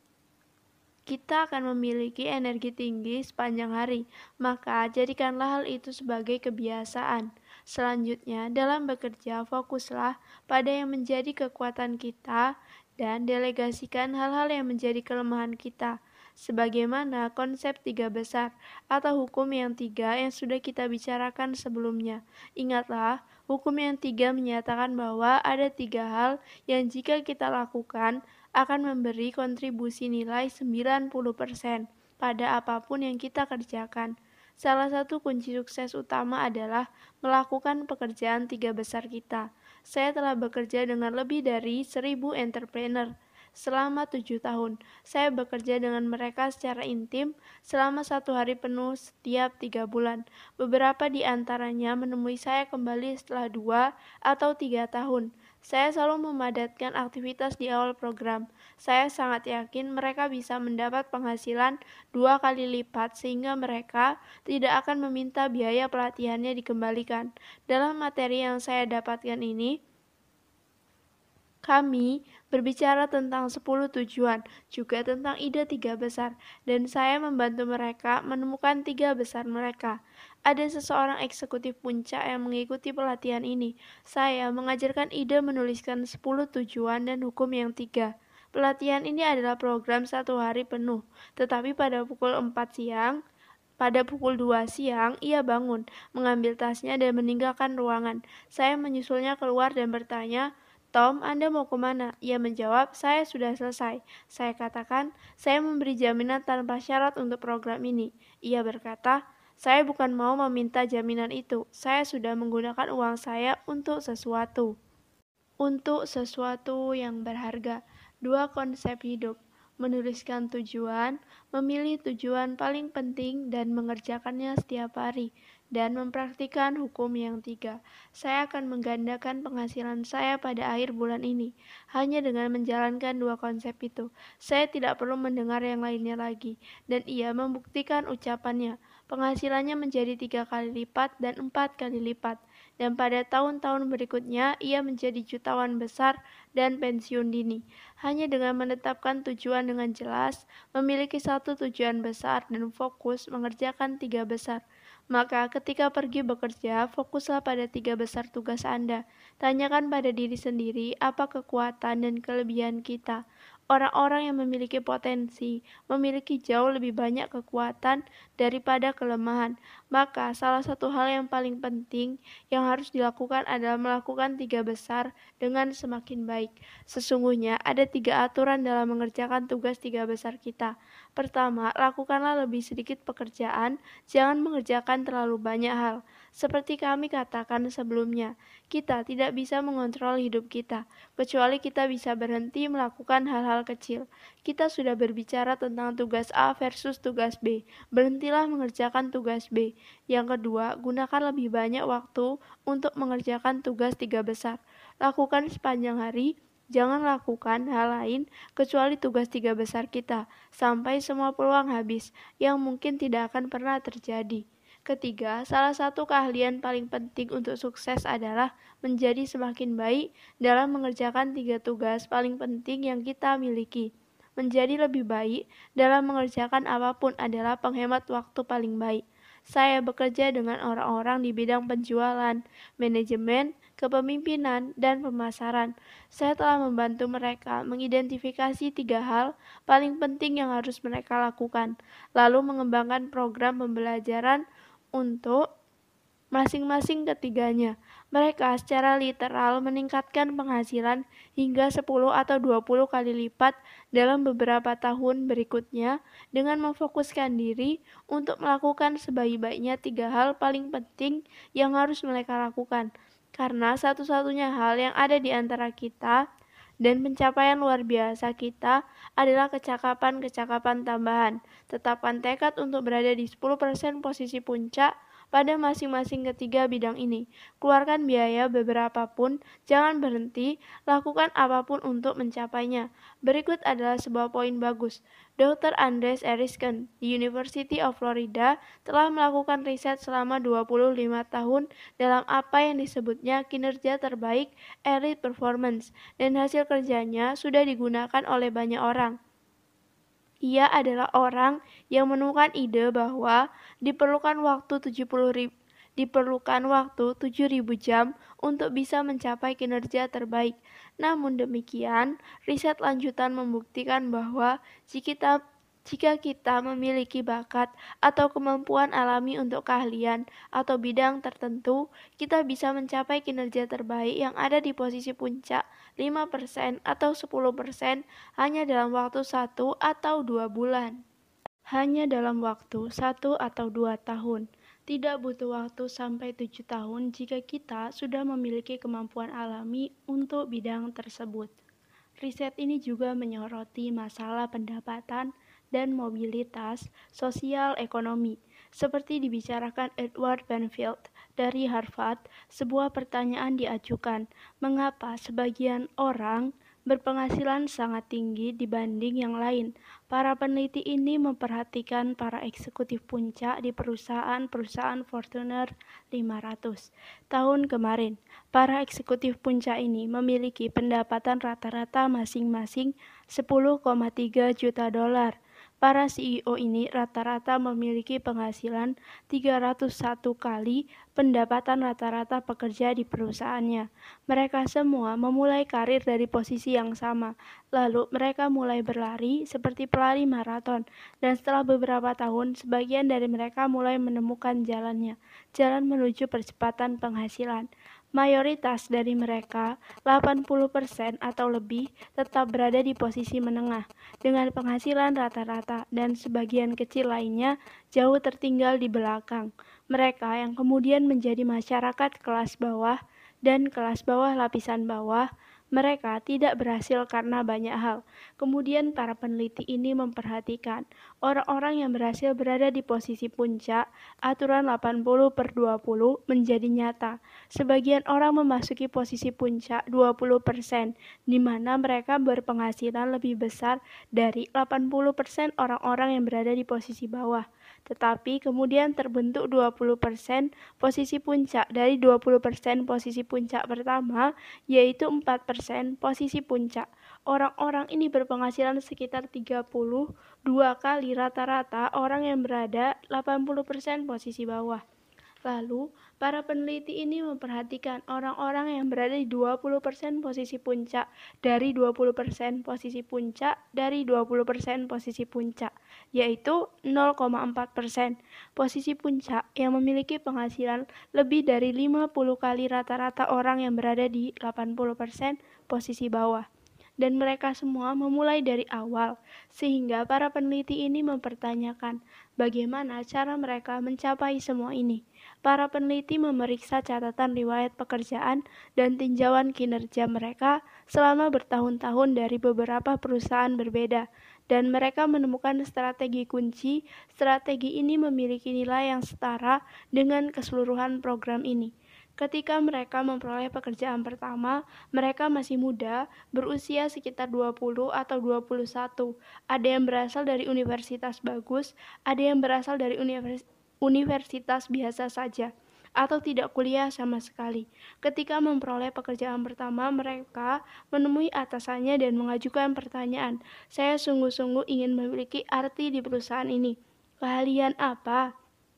kita akan memiliki energi tinggi sepanjang hari, maka jadikanlah hal itu sebagai kebiasaan. Selanjutnya, dalam bekerja, fokuslah pada yang menjadi kekuatan kita dan delegasikan hal-hal yang menjadi kelemahan kita. Sebagaimana konsep tiga besar atau hukum yang tiga yang sudah kita bicarakan sebelumnya. Ingatlah, hukum yang tiga menyatakan bahwa ada tiga hal yang jika kita lakukan akan memberi kontribusi nilai sembilan puluh persen pada apapun yang kita kerjakan. Salah satu kunci sukses utama adalah melakukan pekerjaan tiga besar kita. Saya telah bekerja dengan lebih dari seribu entrepreneur selama tujuh tahun. Saya bekerja dengan mereka secara intim selama satu hari penuh setiap tiga bulan. Beberapa di antaranya menemui saya kembali setelah dua atau tiga tahun. Saya selalu memadatkan aktivitas di awal program. Saya sangat yakin mereka bisa mendapat penghasilan dua kali lipat sehingga mereka tidak akan meminta biaya pelatihannya dikembalikan. Dalam materi yang saya dapatkan ini, Kami berbicara tentang sepuluh tujuan, juga tentang ide tiga besar, dan saya membantu mereka menemukan tiga besar mereka. Ada seseorang eksekutif puncak yang mengikuti pelatihan ini. Saya mengajarkan ide menuliskan sepuluh tujuan dan hukum yang tiga. Pelatihan ini adalah program satu hari penuh, tetapi pada pukul empat siang, pada pukul dua siang, ia bangun, mengambil tasnya dan meninggalkan ruangan. Saya menyusulnya keluar dan bertanya, Tom, Anda mau kemana? Ia menjawab, saya sudah selesai. Saya katakan, saya memberi jaminan tanpa syarat untuk program ini. Ia berkata, saya bukan mau meminta jaminan itu. Saya sudah menggunakan uang saya untuk sesuatu. Untuk sesuatu yang berharga. Dua konsep hidup. Menuliskan tujuan, memilih tujuan paling penting dan mengerjakannya setiap hari, dan mempraktikkan hukum yang tiga. Saya akan menggandakan penghasilan saya pada akhir bulan ini, hanya dengan menjalankan dua konsep itu. Saya tidak perlu mendengar yang lainnya lagi, dan ia membuktikan ucapannya. Penghasilannya menjadi tiga kali lipat dan empat kali lipat, dan pada tahun-tahun berikutnya ia menjadi jutawan besar dan pensiun dini. Hanya dengan menetapkan tujuan dengan jelas, memiliki satu tujuan besar dan fokus mengerjakan tiga besar. Maka ketika pergi bekerja, fokuslah pada tiga besar tugas Anda. Tanyakan pada diri sendiri apa kekuatan dan kelebihan kita. Orang-orang yang memiliki potensi memiliki jauh lebih banyak kekuatan daripada kelemahan. Maka salah satu hal yang paling penting yang harus dilakukan adalah melakukan tiga besar dengan semakin baik. Sesungguhnya ada tiga aturan dalam mengerjakan tugas tiga besar kita. Pertama, lakukanlah lebih sedikit pekerjaan, jangan mengerjakan terlalu banyak hal. Seperti kami katakan sebelumnya, kita tidak bisa mengontrol hidup kita, kecuali kita bisa berhenti melakukan hal-hal kecil. Kita sudah berbicara tentang tugas A versus tugas B. Berhentilah mengerjakan tugas B. Yang kedua, gunakan lebih banyak waktu untuk mengerjakan tugas tiga besar. Lakukan sepanjang hari, jangan lakukan hal lain kecuali tugas tiga besar kita, sampai semua peluang habis, yang mungkin tidak akan pernah terjadi. Ketiga, salah satu keahlian paling penting untuk sukses adalah menjadi semakin baik dalam mengerjakan tiga tugas paling penting yang kita miliki. Menjadi lebih baik dalam mengerjakan apapun adalah penghemat waktu paling baik. Saya bekerja dengan orang-orang di bidang penjualan, manajemen, kepemimpinan, dan pemasaran. Saya telah membantu mereka mengidentifikasi tiga hal paling penting yang harus mereka lakukan, lalu mengembangkan program pembelajaran untuk masing-masing ketiganya. Mereka secara literal meningkatkan penghasilan hingga sepuluh atau dua puluh kali lipat dalam beberapa tahun berikutnya dengan memfokuskan diri untuk melakukan sebaik-baiknya tiga hal paling penting yang harus mereka lakukan. Karena satu-satunya hal yang ada di antara kita dan pencapaian luar biasa kita adalah kecakapan-kecakapan tambahan. Tetapkan tekad untuk berada di sepuluh persen posisi puncak pada masing-masing ketiga bidang ini. Keluarkan biaya beberapa pun, jangan berhenti, lakukan apapun untuk mencapainya. Berikut adalah sebuah poin bagus. dokter Andres Erisken di University of Florida telah melakukan riset selama dua puluh lima tahun dalam apa yang disebutnya kinerja terbaik elite performance, dan hasil kerjanya sudah digunakan oleh banyak orang. Ia adalah orang yang menemukan ide bahwa diperlukan waktu tujuh puluh ribu, diperlukan waktu tujuh ribu jam untuk bisa mencapai kinerja terbaik. Namun demikian, riset lanjutan membuktikan bahwa jika kita Jika kita memiliki bakat atau kemampuan alami untuk keahlian atau bidang tertentu, kita bisa mencapai kinerja terbaik yang ada di posisi puncak lima persen atau sepuluh persen hanya dalam waktu satu atau dua bulan. Hanya dalam waktu satu atau dua tahun. Tidak butuh waktu sampai tujuh tahun jika kita sudah memiliki kemampuan alami untuk bidang tersebut. Riset ini juga menyoroti masalah pendapatan dan mobilitas sosial ekonomi. Seperti dibicarakan Edward Banfield dari Harvard, sebuah pertanyaan diajukan, mengapa sebagian orang berpenghasilan sangat tinggi dibanding yang lain. Para peneliti ini memperhatikan para eksekutif puncak di perusahaan-perusahaan Fortune lima ratus. Tahun kemarin, para eksekutif puncak ini memiliki pendapatan rata-rata masing-masing sepuluh koma tiga juta dolar. Para C E O ini rata-rata memiliki penghasilan tiga ratus satu kali pendapatan rata-rata pekerja di perusahaannya. Mereka semua memulai karir dari posisi yang sama, lalu mereka mulai berlari seperti pelari maraton, dan setelah beberapa tahun, sebagian dari mereka mulai menemukan jalannya, jalan menuju percepatan penghasilan. Mayoritas dari mereka, delapan puluh persen atau lebih, tetap berada di posisi menengah, dengan penghasilan rata-rata, dan sebagian kecil lainnya jauh tertinggal di belakang. Mereka yang kemudian menjadi masyarakat kelas bawah dan kelas bawah lapisan bawah, mereka tidak berhasil karena banyak hal. Kemudian para peneliti ini memperhatikan orang-orang yang berhasil berada di posisi puncak, aturan delapan puluh per dua puluh menjadi nyata. Sebagian orang memasuki posisi puncak dua puluh persen, di mana mereka berpenghasilan lebih besar dari delapan puluh persen orang-orang yang berada di posisi bawah. Tetapi kemudian terbentuk dua puluh persen posisi puncak dari dua puluh persen posisi puncak pertama, yaitu empat persen posisi puncak. Orang-orang ini berpenghasilan sekitar tiga puluh dua kali rata-rata orang yang berada delapan puluh persen posisi bawah. Lalu, para peneliti ini memperhatikan orang-orang yang berada di dua puluh persen posisi puncak dari dua puluh persen posisi puncak dari dua puluh persen posisi puncak, yaitu nol koma empat persen posisi puncak yang memiliki penghasilan lebih dari lima puluh kali rata-rata orang yang berada di delapan puluh persen posisi bawah. Dan mereka semua memulai dari awal, sehingga para peneliti ini mempertanyakan bagaimana cara mereka mencapai semua ini. Para peneliti memeriksa catatan riwayat pekerjaan dan tinjauan kinerja mereka selama bertahun-tahun dari beberapa perusahaan berbeda, dan mereka menemukan strategi kunci. Strategi ini memiliki nilai yang setara dengan keseluruhan program ini. Ketika mereka memperoleh pekerjaan pertama, mereka masih muda, berusia sekitar dua puluh atau dua puluh satu. Ada yang berasal dari universitas bagus, ada yang berasal dari univers- universitas biasa saja, atau tidak kuliah sama sekali. Ketika memperoleh pekerjaan pertama, mereka menemui atasannya dan mengajukan pertanyaan, "Saya sungguh-sungguh ingin memiliki arti di perusahaan ini. Keahlian apa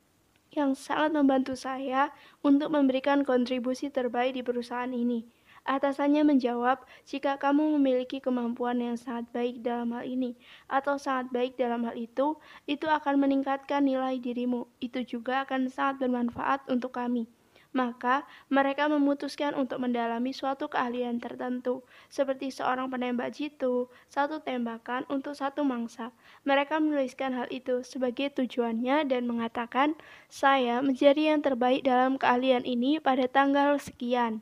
yang sangat membantu saya untuk memberikan kontribusi terbaik di perusahaan ini?" Atasannya menjawab, "Jika kamu memiliki kemampuan yang sangat baik dalam hal ini, atau sangat baik dalam hal itu, itu akan meningkatkan nilai dirimu. Itu juga akan sangat bermanfaat untuk kami." Maka, mereka memutuskan untuk mendalami suatu keahlian tertentu, seperti seorang penembak jitu, satu tembakan untuk satu mangsa. Mereka menuliskan hal itu sebagai tujuannya dan mengatakan, "Saya menjadi yang terbaik dalam keahlian ini pada tanggal sekian."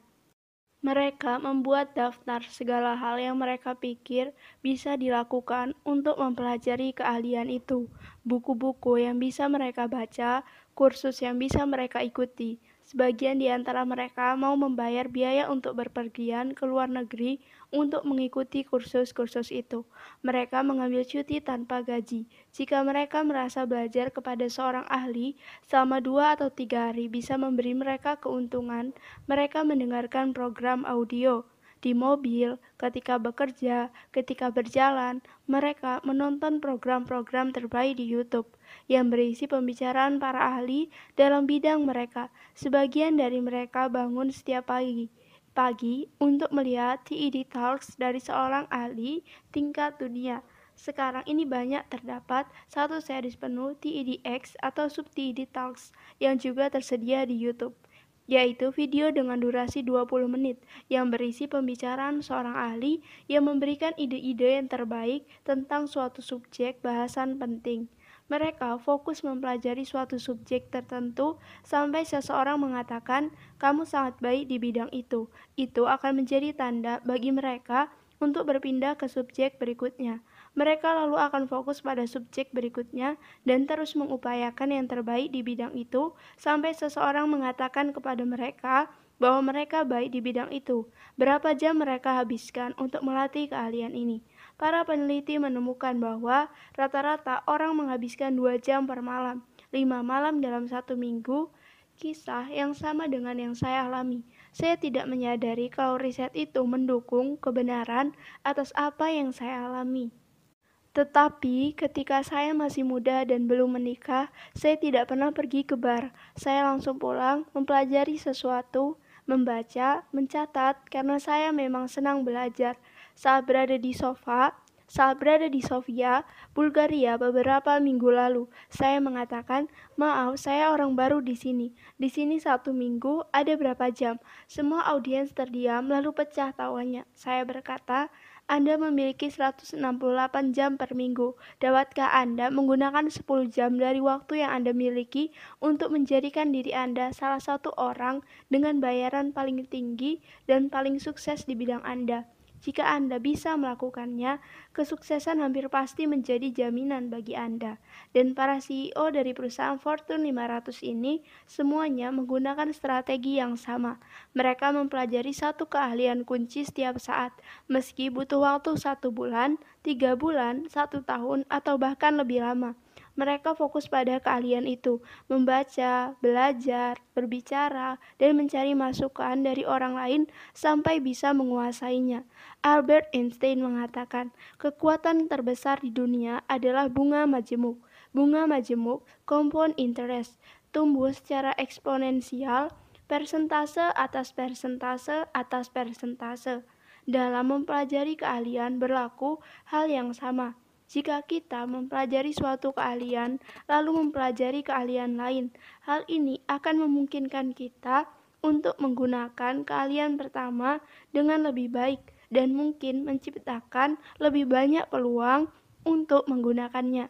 Mereka membuat daftar segala hal yang mereka pikir bisa dilakukan untuk mempelajari keahlian itu, buku-buku yang bisa mereka baca, kursus yang bisa mereka ikuti. Sebagian di antara mereka mau membayar biaya untuk berpergian ke luar negeri untuk mengikuti kursus-kursus itu. Mereka mengambil cuti tanpa gaji. Jika mereka merasa belajar kepada seorang ahli selama dua atau tiga hari bisa memberi mereka keuntungan, mereka mendengarkan program audio di mobil, ketika bekerja, ketika berjalan. Mereka menonton program-program terbaik di YouTube yang berisi pembicaraan para ahli dalam bidang mereka. Sebagian dari mereka bangun setiap pagi pagi untuk melihat T E D Talks dari seorang ahli tingkat dunia. Sekarang ini banyak terdapat satu series penuh T E D X atau sub-T E D Talks yang juga tersedia di YouTube, yaitu video dengan durasi dua puluh menit yang berisi pembicaraan seorang ahli yang memberikan ide-ide yang terbaik tentang suatu subjek bahasan penting. Mereka fokus mempelajari suatu subjek tertentu sampai seseorang mengatakan, "Kamu sangat baik di bidang itu." Itu akan menjadi tanda bagi mereka untuk berpindah ke subjek berikutnya. Mereka lalu akan fokus pada subjek berikutnya dan terus mengupayakan yang terbaik di bidang itu sampai seseorang mengatakan kepada mereka bahwa mereka baik di bidang itu. Berapa jam mereka habiskan untuk melatih keahlian ini? Para peneliti menemukan bahwa rata-rata orang menghabiskan dua jam per malam, lima malam dalam satu minggu. Kisah yang sama dengan yang saya alami. Saya tidak menyadari kalau riset itu mendukung kebenaran atas apa yang saya alami. Tetapi ketika saya masih muda dan belum menikah, saya tidak pernah pergi ke bar. Saya langsung pulang, mempelajari sesuatu, membaca, mencatat, karena saya memang senang belajar. Saat berada di sofa, saat berada di Sofia, Bulgaria beberapa minggu lalu, saya mengatakan, maaf, saya orang baru di sini. Di sini satu minggu, ada berapa jam? Semua audiens terdiam, lalu pecah tawanya. Saya berkata, Anda memiliki seratus enam puluh delapan jam per minggu. Dapatkah Anda menggunakan sepuluh jam dari waktu yang Anda miliki untuk menjadikan diri Anda salah satu orang dengan bayaran paling tinggi dan paling sukses di bidang Anda? Jika Anda bisa melakukannya, kesuksesan hampir pasti menjadi jaminan bagi Anda. Dan para C E O dari perusahaan Fortune lima ratus ini semuanya menggunakan strategi yang sama. Mereka mempelajari satu keahlian kunci setiap saat, meski butuh waktu satu bulan, tiga bulan, satu tahun, atau bahkan lebih lama. Mereka fokus pada keahlian itu, membaca, belajar, berbicara, dan mencari masukan dari orang lain sampai bisa menguasainya. Albert Einstein mengatakan, kekuatan terbesar di dunia adalah bunga majemuk. Bunga majemuk, compound interest, tumbuh secara eksponensial, persentase atas persentase atas persentase. Dalam mempelajari keahlian berlaku hal yang sama. Jika kita mempelajari suatu keahlian, lalu mempelajari keahlian lain, hal ini akan memungkinkan kita untuk menggunakan keahlian pertama dengan lebih baik dan mungkin menciptakan lebih banyak peluang untuk menggunakannya.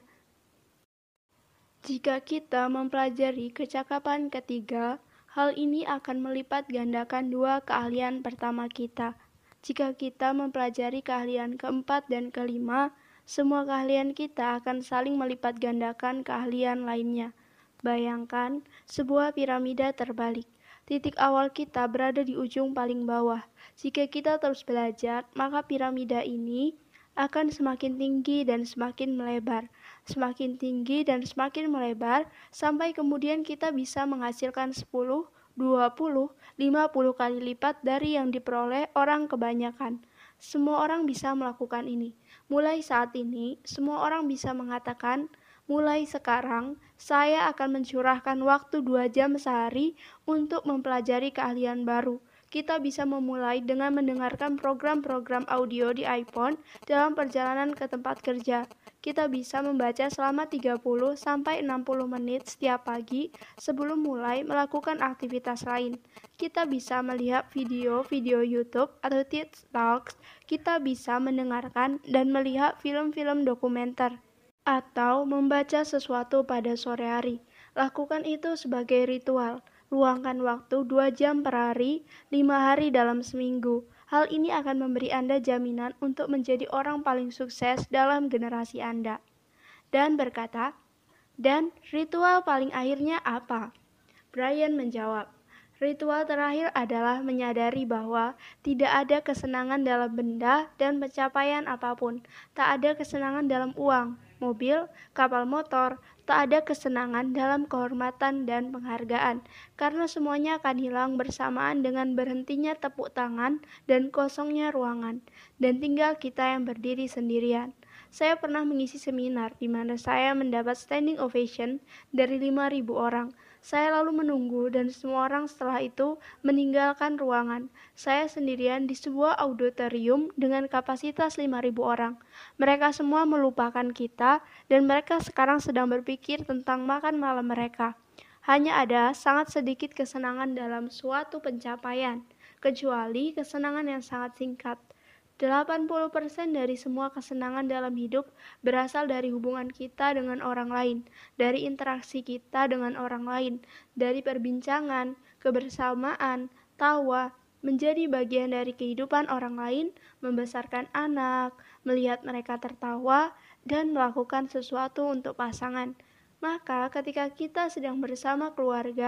Jika kita mempelajari kecakapan ketiga, hal ini akan melipat gandakan dua keahlian pertama kita. Jika kita mempelajari keahlian keempat dan kelima, semua keahlian kita akan saling melipat gandakan keahlian lainnya. Bayangkan sebuah piramida terbalik. Titik awal kita berada di ujung paling bawah. Jika kita terus belajar, maka piramida ini akan semakin tinggi dan semakin melebar, semakin tinggi dan semakin melebar, sampai kemudian kita bisa menghasilkan sepuluh, dua puluh, lima puluh kali lipat dari yang diperoleh orang kebanyakan. Semua orang bisa melakukan ini. Mulai saat ini, semua orang bisa mengatakan, mulai sekarang, saya akan mencurahkan waktu dua jam sehari untuk mempelajari keahlian baru. Kita bisa memulai dengan mendengarkan program-program audio di iPhone dalam perjalanan ke tempat kerja. Kita bisa membaca selama tiga puluh sampai enam puluh menit setiap pagi sebelum mulai melakukan aktivitas lain. Kita bisa melihat video-video YouTube atau TED Talks. Kita bisa mendengarkan dan melihat film-film dokumenter atau membaca sesuatu pada sore hari. Lakukan itu sebagai ritual. Luangkan waktu dua jam per hari, lima hari dalam seminggu. Hal ini akan memberi Anda jaminan untuk menjadi orang paling sukses dalam generasi Anda. Dan berkata, dan ritual paling akhirnya apa? Brian menjawab, ritual terakhir adalah menyadari bahwa tidak ada kesenangan dalam benda dan pencapaian apapun. Tak ada kesenangan dalam uang, mobil, kapal motor, tak ada kesenangan dalam kehormatan dan penghargaan, karena semuanya akan hilang bersamaan dengan berhentinya tepuk tangan dan kosongnya ruangan, dan tinggal kita yang berdiri sendirian. Saya pernah mengisi seminar di mana saya mendapat standing ovation dari lima ribu orang. Saya lalu menunggu dan semua orang setelah itu meninggalkan ruangan. Saya sendirian di sebuah auditorium dengan kapasitas lima ribu orang. Mereka semua melupakan kita dan mereka sekarang sedang berpikir tentang makan malam mereka. Hanya ada sangat sedikit kesenangan dalam suatu pencapaian, kecuali kesenangan yang sangat singkat. delapan puluh persen dari semua kesenangan dalam hidup berasal dari hubungan kita dengan orang lain, dari interaksi kita dengan orang lain, dari perbincangan, kebersamaan, tawa, menjadi bagian dari kehidupan orang lain, membesarkan anak, melihat mereka tertawa, dan melakukan sesuatu untuk pasangan. Maka ketika kita sedang bersama keluarga,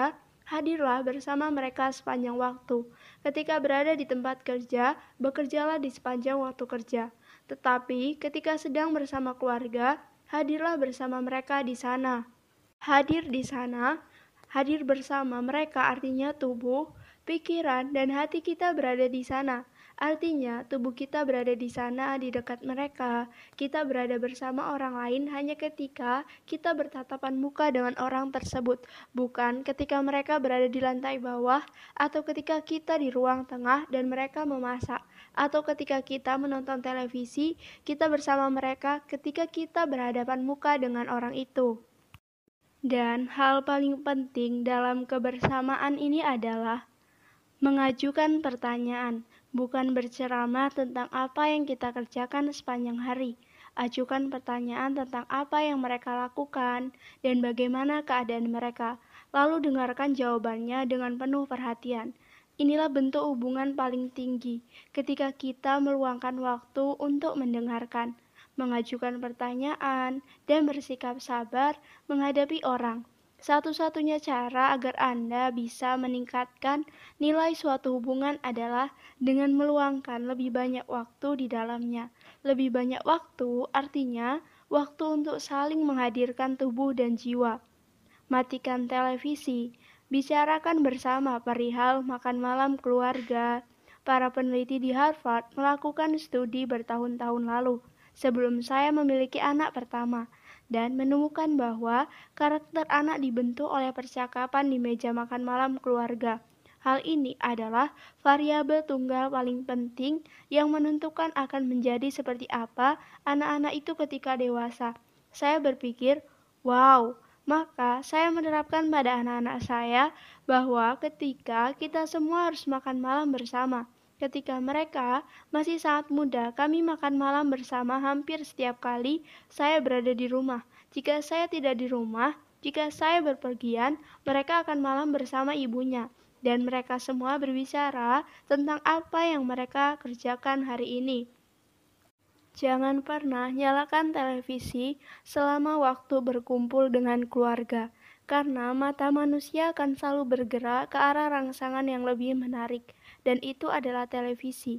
Hadirlah bersama mereka sepanjang waktu. Ketika berada di tempat kerja, bekerjalah di sepanjang waktu kerja. Tetapi ketika sedang bersama keluarga, hadirlah bersama mereka di sana. Hadir di sana, hadir bersama mereka artinya tubuh, pikiran, dan hati kita berada di sana. Artinya, tubuh kita berada di sana, di dekat mereka. Kita berada bersama orang lain hanya ketika kita bertatapan muka dengan orang tersebut, bukan ketika mereka berada di lantai bawah, atau ketika kita di ruang tengah dan mereka memasak, atau ketika kita menonton televisi, kita bersama mereka ketika kita berhadapan muka dengan orang itu. Dan hal paling penting dalam kebersamaan ini adalah mengajukan pertanyaan, bukan berceramah tentang apa yang kita kerjakan sepanjang hari. Ajukan pertanyaan tentang apa yang mereka lakukan dan bagaimana keadaan mereka. Lalu dengarkan jawabannya dengan penuh perhatian. Inilah bentuk hubungan paling tinggi ketika kita meluangkan waktu untuk mendengarkan, mengajukan pertanyaan, dan bersikap sabar menghadapi orang. Satu-satunya cara agar Anda bisa meningkatkan nilai suatu hubungan adalah dengan meluangkan lebih banyak waktu di dalamnya. Lebih banyak waktu artinya waktu untuk saling menghadirkan tubuh dan jiwa. Matikan televisi, bicarakan bersama perihal makan malam keluarga. Para peneliti di Harvard melakukan studi bertahun-tahun lalu sebelum saya memiliki anak pertama, dan menemukan bahwa karakter anak dibentuk oleh percakapan di meja makan malam keluarga. Hal ini adalah variabel tunggal paling penting yang menentukan akan menjadi seperti apa anak-anak itu ketika dewasa. Saya berpikir, wow, maka saya menerapkan pada anak-anak saya bahwa ketika kita semua harus makan malam bersama. Ketika mereka masih sangat muda, kami makan malam bersama hampir setiap kali saya berada di rumah. Jika saya tidak di rumah, jika saya berpergian, mereka akan malam bersama ibunya. Dan mereka semua berbicara tentang apa yang mereka kerjakan hari ini. Jangan pernah nyalakan televisi selama waktu berkumpul dengan keluarga, karena mata manusia akan selalu bergerak ke arah rangsangan yang lebih menarik, dan itu adalah televisi.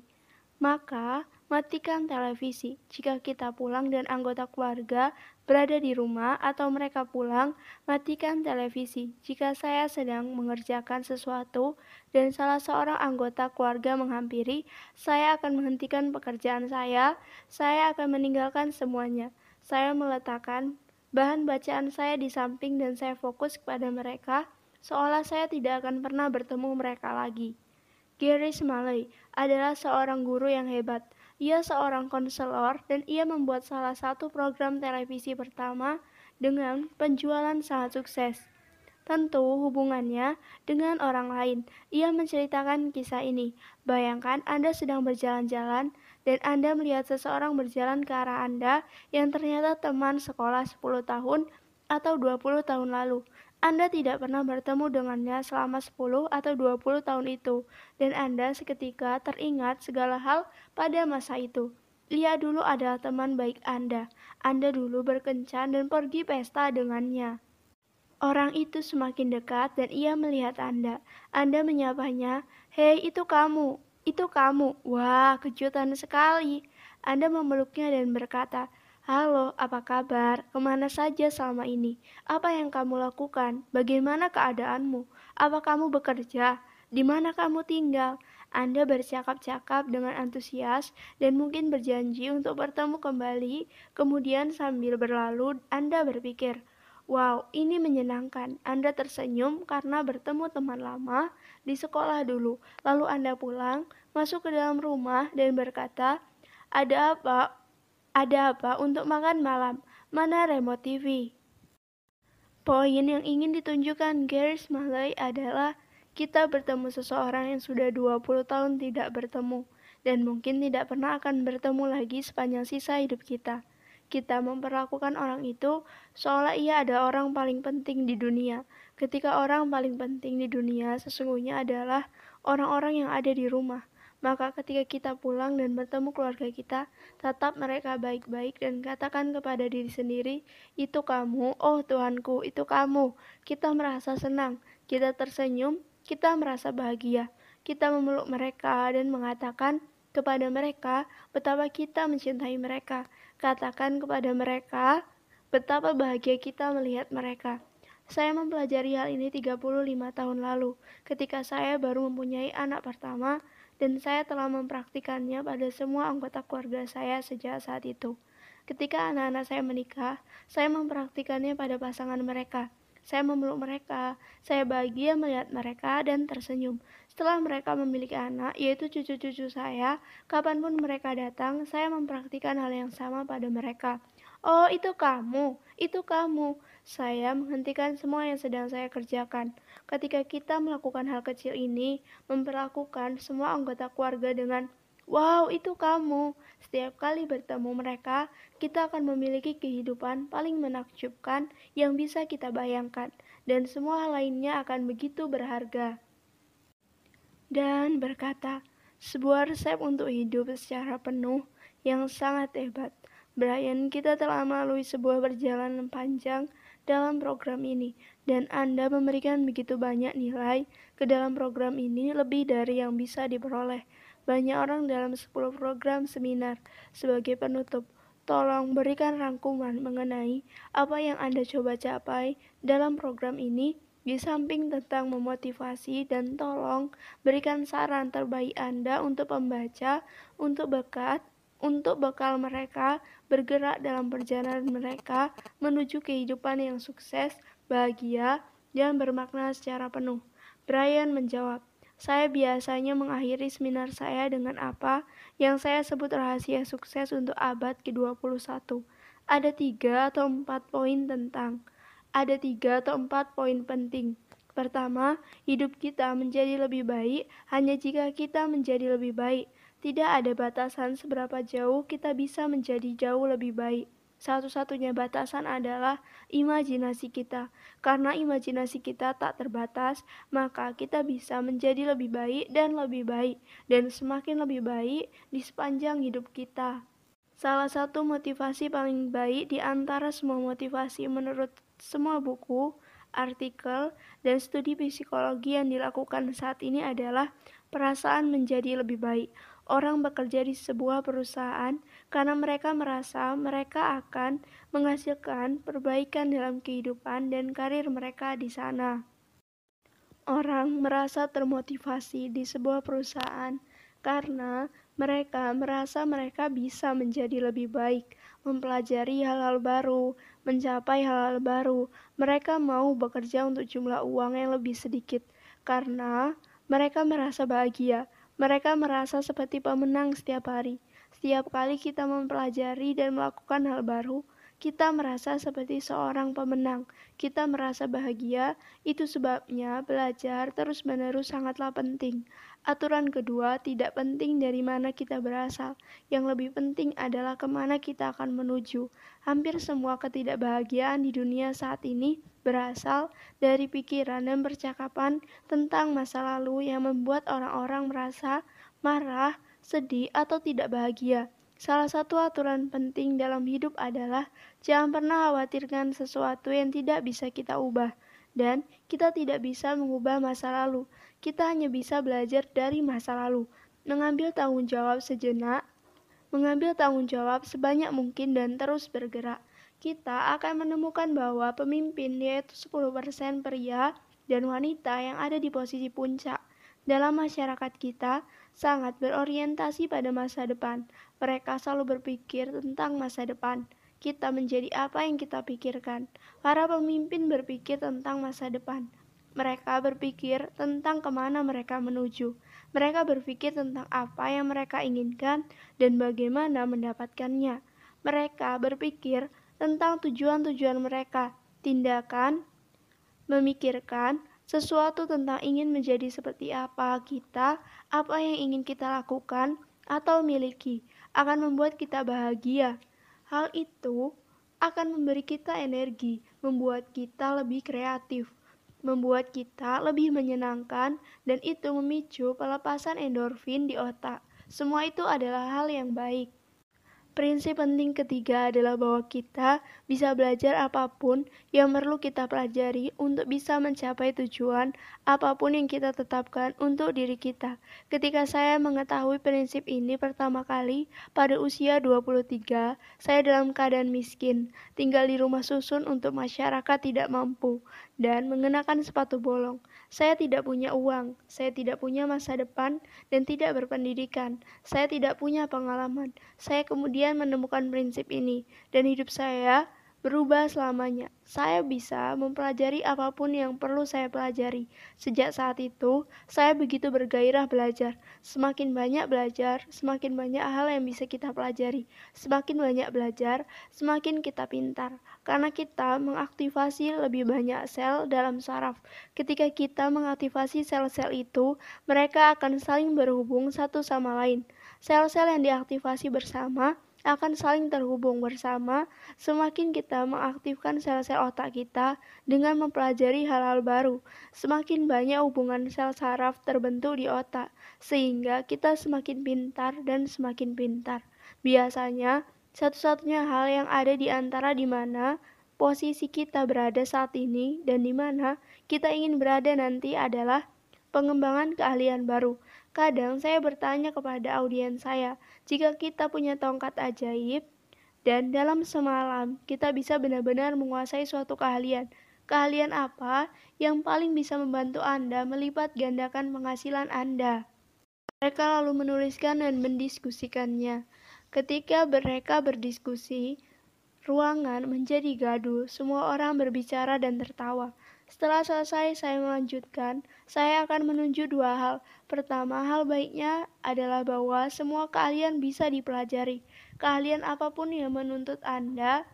Maka, matikan televisi jika kita pulang dan anggota keluarga berada di rumah atau mereka pulang. Matikan televisi jika saya sedang mengerjakan sesuatu dan salah seorang anggota keluarga menghampiri. Saya akan menghentikan pekerjaan saya. Saya akan meninggalkan semuanya. Saya meletakkan bahan bacaan saya di samping dan saya fokus kepada mereka, seolah saya tidak akan pernah bertemu mereka lagi. Gary Smalley adalah seorang guru yang hebat. Ia seorang konselor dan ia membuat salah satu program televisi pertama dengan penjualan sangat sukses. Tentu hubungannya dengan orang lain. Ia menceritakan kisah ini. Bayangkan Anda sedang berjalan-jalan dan Anda melihat seseorang berjalan ke arah Anda yang ternyata teman sekolah sepuluh tahun atau dua puluh tahun lalu. Anda tidak pernah bertemu dengannya selama sepuluh atau dua puluh tahun itu, dan Anda seketika teringat segala hal pada masa itu. Ia dulu adalah teman baik Anda. Anda dulu berkencan dan pergi pesta dengannya. Orang itu semakin dekat dan ia melihat Anda. Anda menyapanya, "Hei, itu kamu, itu kamu." Wah, kejutan sekali. Anda memeluknya dan berkata, "Halo, apa kabar? Kemana saja selama ini? Apa yang kamu lakukan? Bagaimana keadaanmu? Apa kamu bekerja? Di mana kamu tinggal?" Anda bercakap-cakap dengan antusias dan mungkin berjanji untuk bertemu kembali. Kemudian sambil berlalu, Anda berpikir, wow, ini menyenangkan. Anda tersenyum karena bertemu teman lama di sekolah dulu. Lalu Anda pulang, masuk ke dalam rumah dan berkata, "Ada apa? Ada apa untuk makan malam? Mana remote T V?" Poin yang ingin ditunjukkan Gary Smalley adalah kita bertemu seseorang yang sudah dua puluh tahun tidak bertemu dan mungkin tidak pernah akan bertemu lagi sepanjang sisa hidup kita. Kita memperlakukan orang itu seolah ia ada orang paling penting di dunia, ketika orang paling penting di dunia sesungguhnya adalah orang-orang yang ada di rumah. Maka ketika kita pulang dan bertemu keluarga kita, tatap mereka baik-baik dan katakan kepada diri sendiri, itu kamu, oh Tuhanku, itu kamu. Kita merasa senang, kita tersenyum, kita merasa bahagia. Kita memeluk mereka dan mengatakan kepada mereka betapa kita mencintai mereka. Katakan kepada mereka betapa bahagia kita melihat mereka. Saya mempelajari hal ini tiga puluh lima tahun lalu, ketika saya baru mempunyai anak pertama, dan saya telah mempraktikannya pada semua anggota keluarga saya sejak saat itu. Ketika anak-anak saya menikah, saya mempraktikannya pada pasangan mereka. Saya memeluk mereka, saya bahagia melihat mereka dan tersenyum. Setelah mereka memiliki anak, yaitu cucu-cucu saya, kapanpun mereka datang, saya mempraktikkan hal yang sama pada mereka. Oh, itu kamu, itu kamu. Saya menghentikan semua yang sedang saya kerjakan. Ketika kita melakukan hal kecil ini, memperlakukan semua anggota keluarga dengan wow, itu kamu. Setiap kali bertemu mereka, kita akan memiliki kehidupan paling menakjubkan yang bisa kita bayangkan, dan semua hal lainnya akan begitu berharga. Dan berkata, sebuah resep untuk hidup secara penuh yang sangat hebat. Brian, kita telah melalui sebuah perjalanan panjang dalam program ini, dan Anda memberikan begitu banyak nilai ke dalam program ini, lebih dari yang bisa diperoleh banyak orang dalam sepuluh program seminar. Sebagai penutup, tolong berikan rangkuman mengenai apa yang Anda coba capai dalam program ini, di samping tentang memotivasi, dan tolong berikan saran terbaik Anda untuk pembaca, untuk bekat, untuk bekal mereka bergerak dalam perjalanan mereka menuju kehidupan yang sukses, bahagia, dan bermakna secara penuh. Brian menjawab, saya biasanya mengakhiri seminar saya dengan apa yang saya sebut rahasia sukses untuk abad ke dua puluh satu. Ada tiga atau empat poin tentang, ada tiga atau empat poin penting. Pertama, hidup kita menjadi lebih baik hanya jika kita menjadi lebih baik. Tidak ada batasan seberapa jauh kita bisa menjadi jauh lebih baik. Satu-satunya batasan adalah imajinasi kita. Karena imajinasi kita tak terbatas, maka kita bisa menjadi lebih baik dan lebih baik, dan semakin lebih baik di sepanjang hidup kita. Salah satu motivasi paling baik di antara semua motivasi menurut semua buku, artikel, dan studi psikologi yang dilakukan saat ini adalah perasaan menjadi lebih baik. Orang bekerja di sebuah perusahaan karena mereka merasa mereka akan menghasilkan perbaikan dalam kehidupan dan karir mereka di sana. Orang merasa termotivasi di sebuah perusahaan karena mereka merasa mereka bisa menjadi lebih baik, mempelajari hal-hal baru, mencapai hal-hal baru. Mereka mau bekerja untuk jumlah uang yang lebih sedikit karena mereka merasa bahagia. Mereka merasa seperti pemenang setiap hari. Setiap kali kita mempelajari dan melakukan hal baru, kita merasa seperti seorang pemenang. Kita merasa bahagia, itu sebabnya belajar terus-menerus sangatlah penting. Aturan kedua, tidak penting dari mana kita berasal. Yang lebih penting adalah kemana kita akan menuju. Hampir semua ketidakbahagiaan di dunia saat ini berasal dari pikiran dan percakapan tentang masa lalu yang membuat orang-orang merasa marah, sedih, atau tidak bahagia. Salah satu aturan penting dalam hidup adalah jangan pernah khawatirkan sesuatu yang tidak bisa kita ubah, dan kita tidak bisa mengubah masa lalu. Kita hanya bisa belajar dari masa lalu, mengambil tanggung jawab sejenak, mengambil tanggung jawab sebanyak mungkin dan terus bergerak. Kita akan menemukan bahwa pemimpin yaitu sepuluh persen pria dan wanita yang ada di posisi puncak dalam masyarakat kita sangat berorientasi pada masa depan. Mereka selalu berpikir tentang masa depan. Kita menjadi apa yang kita pikirkan. Para pemimpin berpikir tentang masa depan. Mereka berpikir tentang kemana mereka menuju. Mereka berpikir tentang apa yang mereka inginkan dan bagaimana mendapatkannya. Mereka berpikir tentang tujuan-tujuan mereka, tindakan, memikirkan sesuatu tentang ingin menjadi seperti apa kita, apa yang ingin kita lakukan atau miliki, akan membuat kita bahagia. Hal itu akan memberi kita energi, membuat kita lebih kreatif, membuat kita lebih menyenangkan, dan itu memicu pelepasan endorfin di otak. Semua itu adalah hal yang baik. Prinsip penting ketiga adalah bahwa kita bisa belajar apapun yang perlu kita pelajari untuk bisa mencapai tujuan apapun yang kita tetapkan untuk diri kita. Ketika saya mengetahui prinsip ini pertama kali pada usia dua puluh tiga, saya dalam keadaan miskin, tinggal di rumah susun untuk masyarakat tidak mampu, dan mengenakan sepatu bolong. Saya tidak punya uang, saya tidak punya masa depan, dan tidak berpendidikan. Saya tidak punya pengalaman. Saya kemudian menemukan prinsip ini, dan hidup saya berubah selamanya. Saya bisa mempelajari apapun yang perlu saya pelajari. Sejak saat itu, saya begitu bergairah belajar. Semakin banyak belajar, semakin banyak hal yang bisa kita pelajari. Semakin banyak belajar, semakin kita pintar. Karena kita mengaktifasi lebih banyak sel dalam saraf. Ketika kita mengaktifasi sel-sel itu, mereka akan saling berhubung satu sama lain. Sel-sel yang diaktifasi bersama akan saling terhubung bersama. Semakin kita mengaktifkan sel-sel otak kita dengan mempelajari hal-hal baru, semakin banyak hubungan sel saraf terbentuk di otak, sehingga kita semakin pintar dan semakin pintar. Biasanya, satu-satunya hal yang ada di antara di mana posisi kita berada saat ini dan di mana kita ingin berada nanti adalah pengembangan keahlian baru. Kadang saya bertanya kepada audiens saya, jika kita punya tongkat ajaib dan dalam semalam kita bisa benar-benar menguasai suatu keahlian, keahlian apa yang paling bisa membantu Anda melipat gandakan penghasilan Anda? Mereka lalu menuliskan dan mendiskusikannya. Ketika mereka berdiskusi, ruangan menjadi gaduh, semua orang berbicara dan tertawa. Setelah selesai, saya melanjutkan, saya akan menunjuk dua hal. Pertama, hal baiknya adalah bahwa semua keahlian bisa dipelajari. Keahlian apapun yang menuntut Anda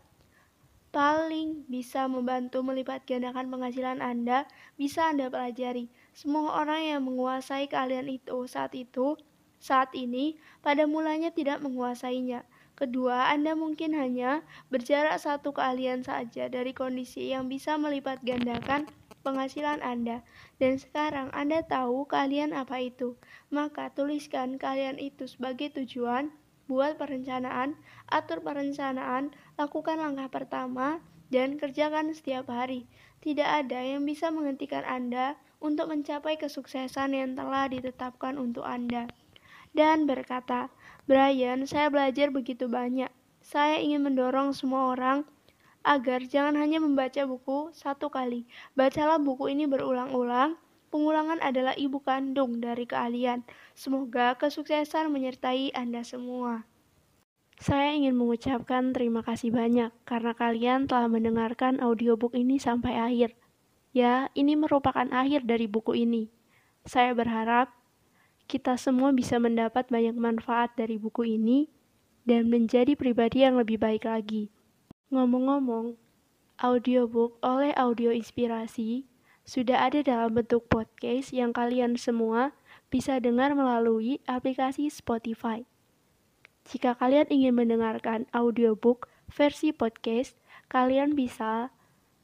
paling bisa membantu melipat gandakan penghasilan Anda, bisa Anda pelajari. Semua orang yang menguasai keahlian itu saat itu, saat ini, pada mulanya tidak menguasainya. Kedua, Anda mungkin hanya berjarak satu keahlian saja dari kondisi yang bisa melipat gandakan penghasilan Anda. Dan sekarang Anda tahu keahlian apa itu. Maka tuliskan keahlian itu sebagai tujuan, buat perencanaan, atur perencanaan, lakukan langkah pertama, dan kerjakan setiap hari. Tidak ada yang bisa menghentikan Anda untuk mencapai kesuksesan yang telah ditetapkan untuk Anda. Dan berkata, Brian, saya belajar begitu banyak. Saya ingin mendorong semua orang agar jangan hanya membaca buku satu kali. Bacalah buku ini berulang-ulang. Pengulangan adalah ibu kandung dari keahlian. Semoga kesuksesan menyertai Anda semua. Saya ingin mengucapkan terima kasih banyak karena kalian telah mendengarkan audiobook ini sampai akhir. Ya, ini merupakan akhir dari buku ini. Saya berharap kita semua bisa mendapat banyak manfaat dari buku ini dan menjadi pribadi yang lebih baik lagi. Ngomong-ngomong, audiobook oleh Audio Inspirasi sudah ada dalam bentuk podcast yang kalian semua bisa dengar melalui aplikasi Spotify. Jika kalian ingin mendengarkan audiobook versi podcast, kalian bisa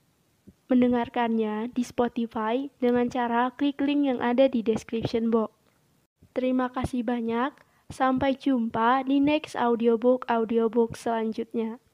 mendengarkannya di Spotify dengan cara klik link yang ada di description box. Terima kasih banyak, sampai jumpa di next audiobook-audiobook selanjutnya.